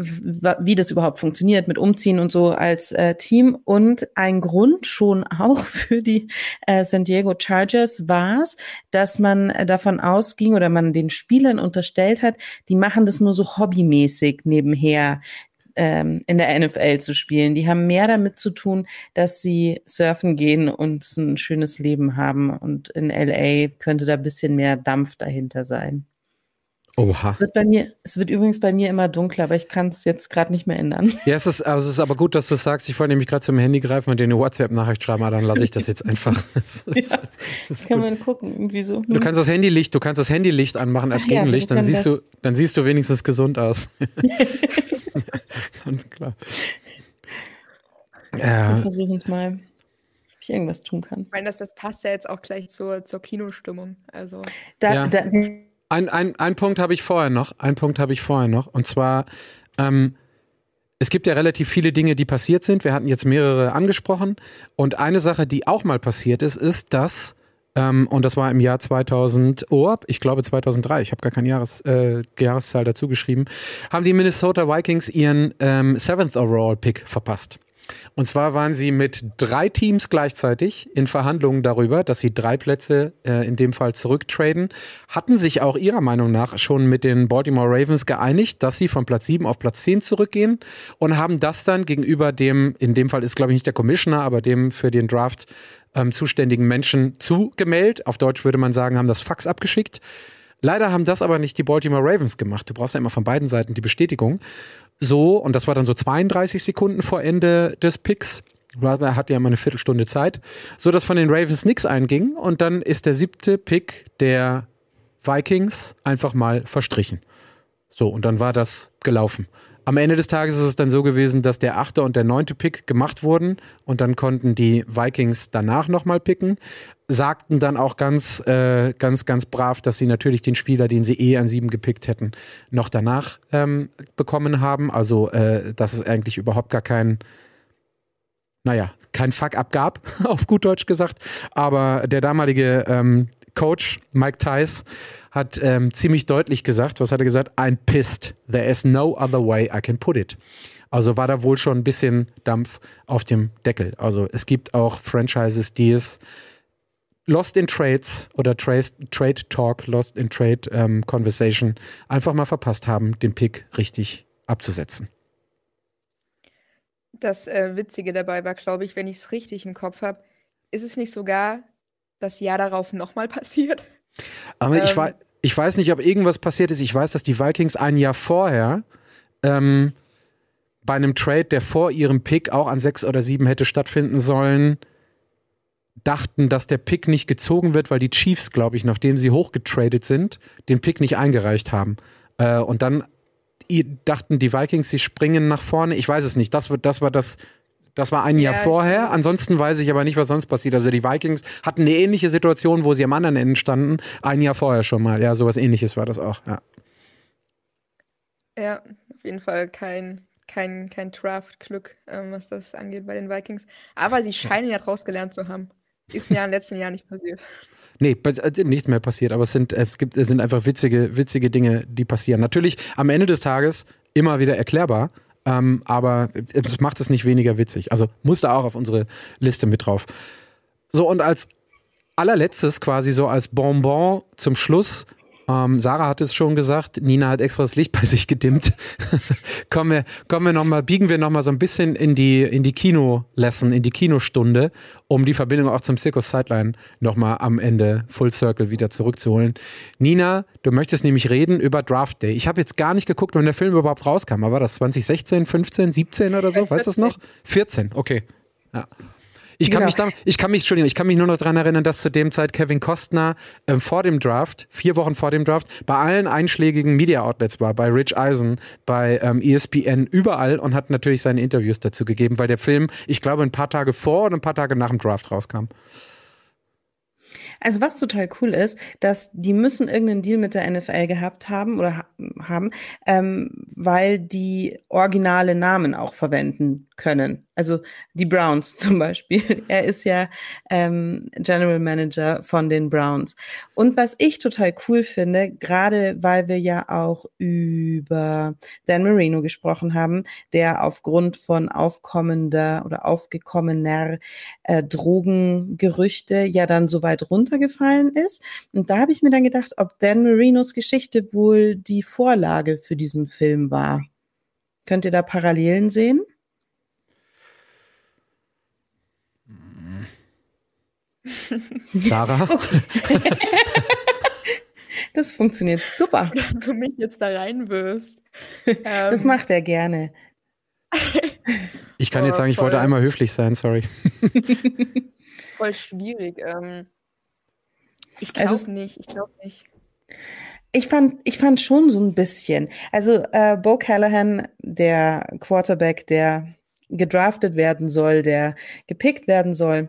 w- wie das überhaupt funktioniert mit Umziehen und so als äh, Team. Und ein Grund schon auch für die äh, San Diego Chargers war es, dass man äh, davon ausging oder man den Spielern unterstellt hat, die machen das nur so hobbymäßig nebenher ähm, in der N F L zu spielen. Die haben mehr damit zu tun, dass sie surfen gehen und ein schönes Leben haben. Und in L A könnte da ein bisschen mehr Dampf dahinter sein. Oha. Es wird bei mir, es wird übrigens bei mir immer dunkler, aber ich kann es jetzt gerade nicht mehr ändern. Ja, es ist, also es ist aber gut, dass du sagst, ich wollte nämlich gerade zum Handy greifen und dir eine WhatsApp-Nachricht schreiben, aber dann lasse ich das jetzt einfach. Das ist, Ja, das ist kann gut. man gucken, irgendwie so. Du kannst das Handylicht, du kannst das Handylicht anmachen als Ach ja, Gegenlicht, wir dann können siehst du, das- dann siehst du wenigstens gesund aus. Ganz klar. Wir Ja, versuchen es mal, ob ich irgendwas tun kann. Ich meine, das, das passt ja jetzt auch gleich zur, zur Kinostimmung. Also Da, Ja. da, ein, ein, ein Punkt habe ich vorher noch, ein Punkt habe ich vorher noch, und zwar, ähm, es gibt ja relativ viele Dinge, die passiert sind. Wir hatten jetzt mehrere angesprochen. Und eine Sache, die auch mal passiert ist, ist, dass, ähm, und das war im Jahr zweitausend, oh, ich glaube zweitausenddrei, ich habe gar keine Jahres, äh, Jahreszahl dazu geschrieben, haben die Minnesota Vikings ihren ähm, Seventh Overall Pick verpasst. Und zwar waren sie mit drei Teams gleichzeitig in Verhandlungen darüber, dass sie drei Plätze äh, in dem Fall zurücktraden, hatten sich auch ihrer Meinung nach schon mit den Baltimore Ravens geeinigt, dass sie von Platz sieben auf Platz zehn zurückgehen und haben das dann gegenüber dem, in dem Fall ist glaube ich nicht der Commissioner, aber dem für den Draft ähm, zuständigen Menschen zugemeldet. Auf Deutsch würde man sagen, haben das Fax abgeschickt. Leider haben das aber nicht die Baltimore Ravens gemacht. Du brauchst ja immer von beiden Seiten die Bestätigung. So, und das war dann so zweiunddreißig Sekunden vor Ende des Picks. Er hatte ja immer eine Viertelstunde Zeit, so dass von den Ravens nichts einging. Und dann ist der siebte Pick der Vikings einfach mal verstrichen. So, und dann war das gelaufen. Am Ende des Tages ist es dann so gewesen, dass der achte und der neunte Pick gemacht wurden und dann konnten die Vikings danach nochmal picken, sagten dann auch ganz, äh, ganz, ganz brav, dass sie natürlich den Spieler, den sie eh an sieben gepickt hätten, noch danach ähm, bekommen haben. Also, äh, dass es eigentlich überhaupt gar kein, naja, kein Fuck-up gab, auf gut Deutsch gesagt. Aber der damalige ähm, Coach Mike Tice hat ähm, ziemlich deutlich gesagt, was hat er gesagt? I'm pissed. There is no other way I can put it. Also war da wohl schon ein bisschen Dampf auf dem Deckel. Also es gibt auch Franchises, die es Lost in Trades oder Trade, Trade Talk, Lost in Trade ähm, Conversation einfach mal verpasst haben, den Pick richtig abzusetzen. das äh, Witzige dabei war, glaube ich, wenn ich es richtig im Kopf habe, ist es nicht sogar das Jahr darauf nochmal passiert? Aber ich, Ähm. wei- ich weiß nicht, ob irgendwas passiert ist. Ich weiß, dass die Vikings ein Jahr vorher ähm, bei einem Trade, der vor ihrem Pick auch an sechs oder sieben hätte stattfinden sollen, dachten, dass der Pick nicht gezogen wird, weil die Chiefs, glaube ich, nachdem sie hochgetradet sind, den Pick nicht eingereicht haben. Äh, und dann i- dachten die Vikings, sie springen nach vorne. Ich weiß es nicht. Das, wird- das war das. Das war ein Ja, Jahr ich vorher. glaube- Ansonsten weiß ich aber nicht, was sonst passiert. Also die Vikings hatten eine ähnliche Situation, wo sie am anderen Ende standen, ein Jahr vorher schon mal. Ja, sowas Ähnliches war das auch. Ja. Ja, Auf jeden Fall kein, kein, kein Draft-Glück, ähm, was das angeht bei den Vikings. Aber sie scheinen ja draus gelernt zu haben. Ist ja in den letzten Jahren nicht passiert. Nee, nicht mehr passiert, aber es sind, es gibt, es sind einfach witzige, witzige Dinge, die passieren. Natürlich am Ende des Tages immer wieder erklärbar, ähm, aber es macht es nicht weniger witzig. Also musste auch auf unsere Liste mit drauf. So, und als allerletztes quasi so als Bonbon zum Schluss, ähm, Sarah hat es schon gesagt, Nina hat extra das Licht bei sich gedimmt. kommen wir, kommen wir noch mal, biegen wir nochmal so ein bisschen in die, in die Kino-Lesson, in die Kinostunde, um die Verbindung auch zum Circus Sideline nochmal am Ende Full Circle wieder zurückzuholen. Nina, du möchtest nämlich reden über Draft Day. Ich habe jetzt gar nicht geguckt, wann der Film überhaupt rauskam. Aber war das zwanzig sechzehn, fünfzehn, siebzehn oder so? Weißt du das noch? vierzehn, okay. Ja. Ich kann, genau. mich da, ich, kann mich, Entschuldigung, ich kann mich nur noch daran erinnern, dass zu dem Zeit Kevin Costner ähm, vor dem Draft, vier Wochen vor dem Draft, bei allen einschlägigen Media-Outlets war, bei Rich Eisen, bei ähm, E S P N, überall und hat natürlich seine Interviews dazu gegeben, weil der Film, ich glaube, ein paar Tage vor und ein paar Tage nach dem Draft rauskam. Also was total cool ist, dass die müssen irgendeinen Deal mit der N F L gehabt haben oder ha- haben, ähm, weil die originale Namen auch verwenden können. Also die Browns zum Beispiel. Er ist ja ähm, General Manager von den Browns. Und was ich total cool finde, gerade weil wir ja auch über Dan Marino gesprochen haben, der aufgrund von aufkommender oder aufgekommener äh, Drogengerüchte ja dann so weit runtergefallen ist. Und da habe ich mir dann gedacht, ob Dan Marinos Geschichte wohl die Vorlage für diesen Film war. Könnt ihr da Parallelen sehen? Sarah? Okay. Das funktioniert super. Dass du mich jetzt da reinwirfst. Das ähm, macht er gerne. Ich kann jetzt sagen, ich wollte einmal höflich sein, sorry. Voll schwierig. Ähm, ich glaube Also, nicht, ich glaube nicht. Ich fand, ich fand schon so ein bisschen. Also äh, Bo Callahan, der Quarterback, der gedraftet werden soll, der gepickt werden soll,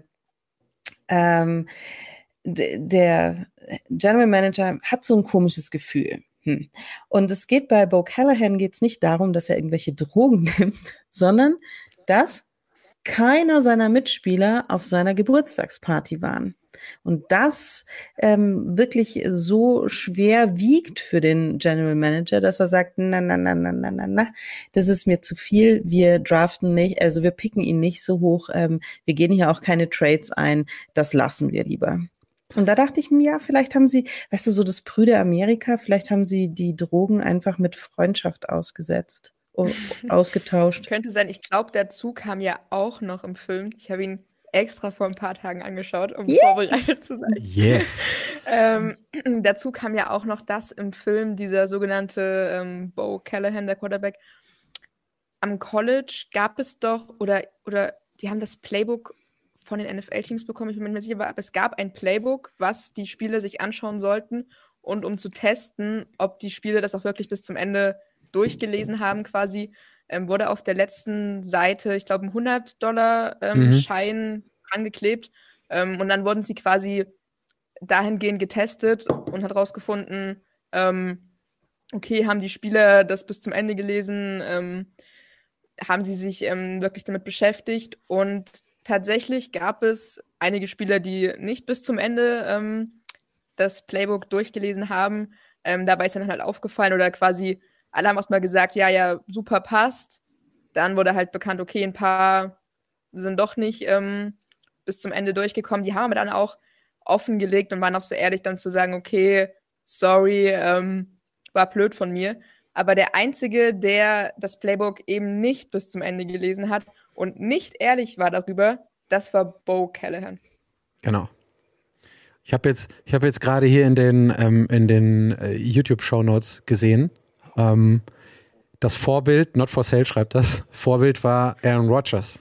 ähm, d- der General Manager hat so ein komisches Gefühl. Hm. Und es geht bei Bo Callahan geht's nicht darum, dass er irgendwelche Drogen nimmt, sondern dass keiner seiner Mitspieler auf seiner Geburtstagsparty waren. Und das ähm, wirklich so schwer wiegt für den General Manager, dass er sagt, na, na, na, na, na, na, na, das ist mir zu viel, wir draften nicht, also wir picken ihn nicht so hoch, ähm, wir gehen hier auch keine Trades ein, das lassen wir lieber. Und da dachte ich mir, ja, vielleicht haben sie, weißt du, so das Brüder Amerika, vielleicht haben sie die Drogen einfach mit Freundschaft ausgesetzt, o- ausgetauscht. Könnte sein, ich glaube, dazu kam ja auch noch im Film, ich habe ihn extra vor ein paar Tagen angeschaut, um Yeah. vorbereitet zu sein. Yes. Ähm, dazu kam ja auch noch das im Film, dieser sogenannte ähm, Bo Callahan, der Quarterback. Am College gab es doch, oder, oder die haben das Playbook von den N F L-Teams bekommen, ich bin mir nicht sicher, aber es gab ein Playbook, was die Spieler sich anschauen sollten und um zu testen, ob die Spieler das auch wirklich bis zum Ende durchgelesen haben quasi, ähm, wurde auf der letzten Seite, ich glaube, ein hundert-Dollar-Schein ähm, mhm. angeklebt. Ähm, und dann wurden sie quasi dahingehend getestet und hat rausgefunden, ähm, okay, haben die Spieler das bis zum Ende gelesen, ähm, haben sie sich ähm, wirklich damit beschäftigt. Und tatsächlich gab es einige Spieler, die nicht bis zum Ende ähm, das Playbook durchgelesen haben. Ähm, dabei ist dann halt aufgefallen oder quasi alle haben erstmal gesagt, ja, ja, super, passt. Dann wurde halt bekannt, okay, ein paar sind doch nicht ähm, bis zum Ende durchgekommen. Die haben aber dann auch offengelegt und waren auch so ehrlich, dann zu sagen, okay, sorry, ähm, war blöd von mir. Aber der Einzige, der das Playbook eben nicht bis zum Ende gelesen hat und nicht ehrlich war darüber, das war Bo Callahan. Genau. Ich habe jetzt, ich habe jetzt gerade hier in den, ähm, in den äh, YouTube-Shownotes gesehen, ähm, das Vorbild, Not for Sale schreibt das, Vorbild war Aaron Rodgers.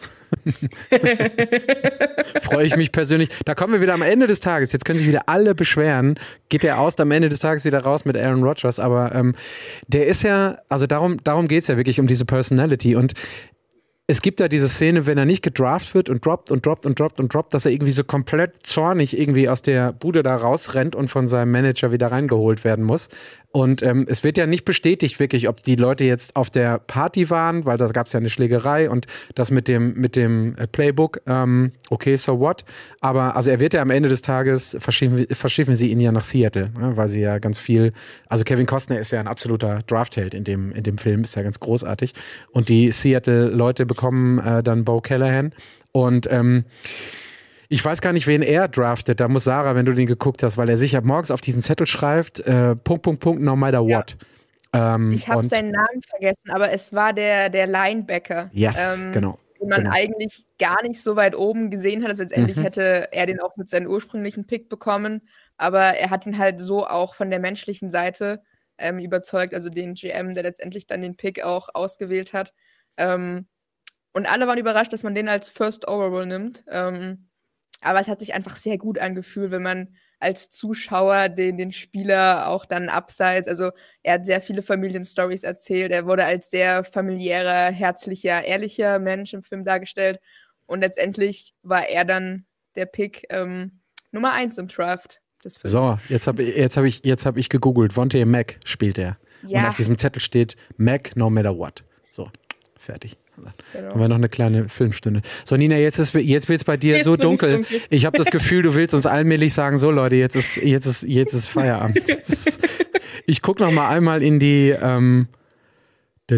Freue ich mich persönlich. Da kommen wir wieder am Ende des Tages. Jetzt können sich wieder alle beschweren. Geht der aus am Ende des Tages wieder raus mit Aaron Rodgers. Aber ähm, der ist ja, also darum, darum geht es ja wirklich um diese Personality. Und es gibt da diese Szene, wenn er nicht gedraft wird und droppt und droppt und droppt und droppt, dass er irgendwie so komplett zornig irgendwie aus der Bude da rausrennt und von seinem Manager wieder reingeholt werden muss. Und ähm, es wird ja nicht bestätigt wirklich, ob die Leute jetzt auf der Party waren, weil da gab es ja eine Schlägerei und das mit dem, mit dem Playbook, ähm, okay, so what? Aber also er wird ja am Ende des Tages, verschiffen, verschiffen sie ihn ja nach Seattle, ne, weil sie ja ganz viel, also Kevin Costner ist ja ein absoluter Draftheld in dem, in dem Film, ist ja ganz großartig. Und die Seattle-Leute bekommen äh, dann Bo Callahan und ähm, ich weiß gar nicht, wen er draftet. Da muss Sarah, wenn du den geguckt hast, weil er sich ja morgens auf diesen Zettel schreibt, äh, Punkt, Punkt, Punkt, no matter what. Ja. Ähm, ich habe seinen Namen vergessen, aber es war der, der Linebacker. Yes, ähm, genau. Den man genau. eigentlich gar nicht so weit oben gesehen hat. Also letztendlich Mhm. hätte er den auch mit seinem ursprünglichen Pick bekommen, aber er hat ihn halt so auch von der menschlichen Seite ähm, überzeugt, also den G M, der letztendlich dann den Pick auch ausgewählt hat. Ähm, und alle waren überrascht, dass man den als First Overall nimmt. Ähm, Aber es hat sich einfach sehr gut angefühlt, wenn man als Zuschauer den, den Spieler auch dann abseits, also er hat sehr viele Familienstories erzählt, er wurde als sehr familiärer, herzlicher, ehrlicher Mensch im Film dargestellt und letztendlich war er dann der Pick ähm, Nummer eins im Draft des Films. So, jetzt habe jetzt hab ich, jetzt hab ich gegoogelt, Vontae Mack spielt er. Ja. Und auf diesem Zettel steht Mack no matter what. So, fertig. Genau. Haben wir noch eine kleine Filmstunde. So, Nina, jetzt, ist, jetzt wird es bei dir Jetzt so wird es dunkel. dunkel. Ich habe das Gefühl, du willst uns allmählich sagen, so Leute, jetzt ist, jetzt ist, jetzt ist Feierabend. Ich gucke noch mal einmal in die ähm, ich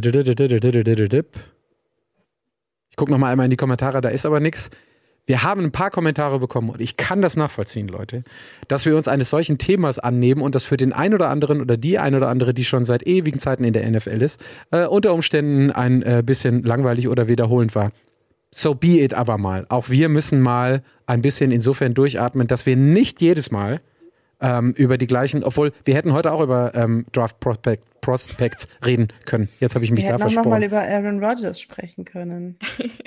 gucke noch mal einmal in die Kommentare, da ist aber nichts. Wir haben ein paar Kommentare bekommen und ich kann das nachvollziehen, Leute, dass wir uns eines solchen Themas annehmen und das für den ein oder anderen oder die ein oder andere, die schon seit ewigen Zeiten in der N F L ist, äh, unter Umständen ein äh, bisschen langweilig oder wiederholend war. So be it aber mal. Auch wir müssen mal ein bisschen insofern durchatmen, dass wir nicht jedes Mal ähm, über die gleichen, obwohl wir hätten heute auch über ähm, Draft Prospect, Prospects reden können. Jetzt habe ich mich Wir da hätten auch versprochen. noch mal über Aaron Rodgers sprechen können.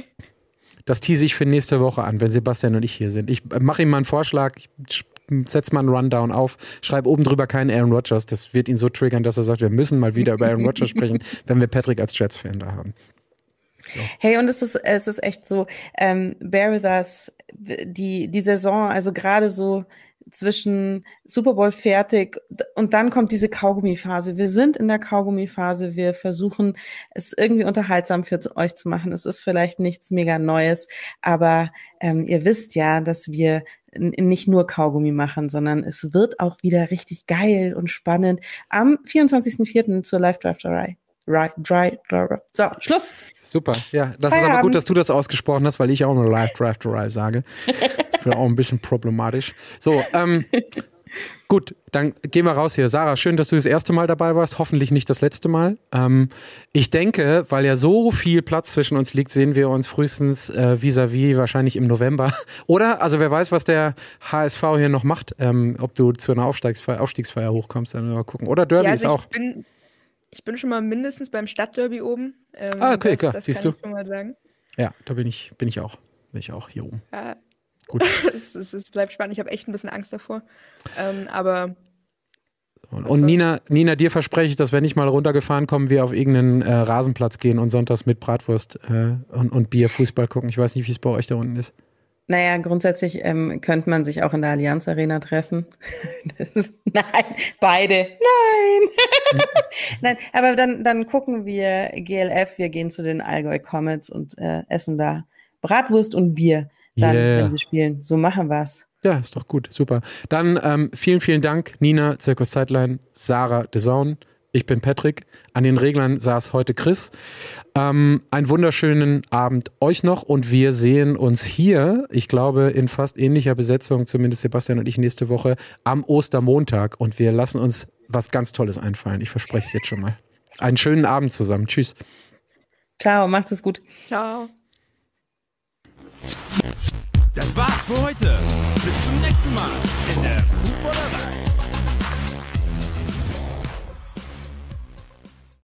Das tease ich für nächste Woche an, wenn Sebastian und ich hier sind. Ich mache ihm mal einen Vorschlag, ich setze mal einen Rundown auf, schreibe oben drüber keinen Aaron Rodgers. Das wird ihn so triggern, dass er sagt, wir müssen mal wieder über Aaron Rodgers sprechen, wenn wir Patrick als Jets-Fan da haben. So. Hey, und es ist, es ist echt so, ähm, bear with us, die, die Saison, also gerade so zwischen Super Bowl fertig und dann kommt diese Kaugummi-Phase. Wir sind in der Kaugummi-Phase. Wir versuchen, es irgendwie unterhaltsam für euch zu machen. Es ist vielleicht nichts mega Neues, aber ähm, ihr wisst ja, dass wir n- nicht nur Kaugummi machen, sondern es wird auch wieder richtig geil und spannend am vierundzwanzigsten vierten zur Live-Drafterei. Right, dry, dry. So, Schluss. Super, ja. Das ist aber gut, dass du das ausgesprochen hast, weil ich auch nur Live Drafterei sage. Ich bin auch ein bisschen problematisch. So, ähm, gut, dann gehen wir raus hier. Sarah, schön, dass du das erste Mal dabei warst. Hoffentlich nicht das letzte Mal. Ähm, ich denke, weil ja so viel Platz zwischen uns liegt, sehen wir uns frühestens äh, vis-à-vis wahrscheinlich im November. Oder, also wer weiß, was der H S V hier noch macht. Ähm, ob du zu einer Aufstiegsfeier, Aufstiegsfeier hochkommst, dann mal gucken. Oder Derby Ja, also ist ich auch. bin, ich bin schon mal mindestens beim Stadtderby oben. Ähm, Ah, okay, das, klar, das siehst kann du. ich schon mal sagen. Ja, da bin ich, bin ich auch. Bin ich auch hier oben. Ja, Gut. es, es, es bleibt spannend. Ich habe echt ein bisschen Angst davor. Ähm, aber Und, Was und soll's? Nina, Nina, dir verspreche ich, dass wenn ich mal runtergefahren komme, wir auf irgendeinen äh, Rasenplatz gehen und sonntags mit Bratwurst äh, und, und Bier Fußball gucken. Ich weiß nicht, wie es bei euch da unten ist. Naja, grundsätzlich ähm, könnte man sich auch in der Allianz Arena treffen. Das ist, nein, beide. Nein. Nein, aber dann, dann gucken wir G L F, wir gehen zu den Allgäu Comets und äh, essen da Bratwurst und Bier, dann, Yeah. wenn sie spielen. So machen wir's. Ja, ist doch gut, super. Dann ähm, vielen, vielen Dank, Nina, Zirkus Sideline, Sarah DAZN. Ich bin Patrick. An den Reglern saß heute Chris. Ähm, einen wunderschönen Abend euch noch und wir sehen uns hier, ich glaube, in fast ähnlicher Besetzung, zumindest Sebastian und ich nächste Woche, am Ostermontag und wir lassen uns was ganz Tolles einfallen. Ich verspreche es jetzt schon mal. Einen schönen Abend zusammen. Tschüss. Ciao, macht's es gut. ciao. Das war's für heute. Bis zum nächsten Mal in der Footballerei.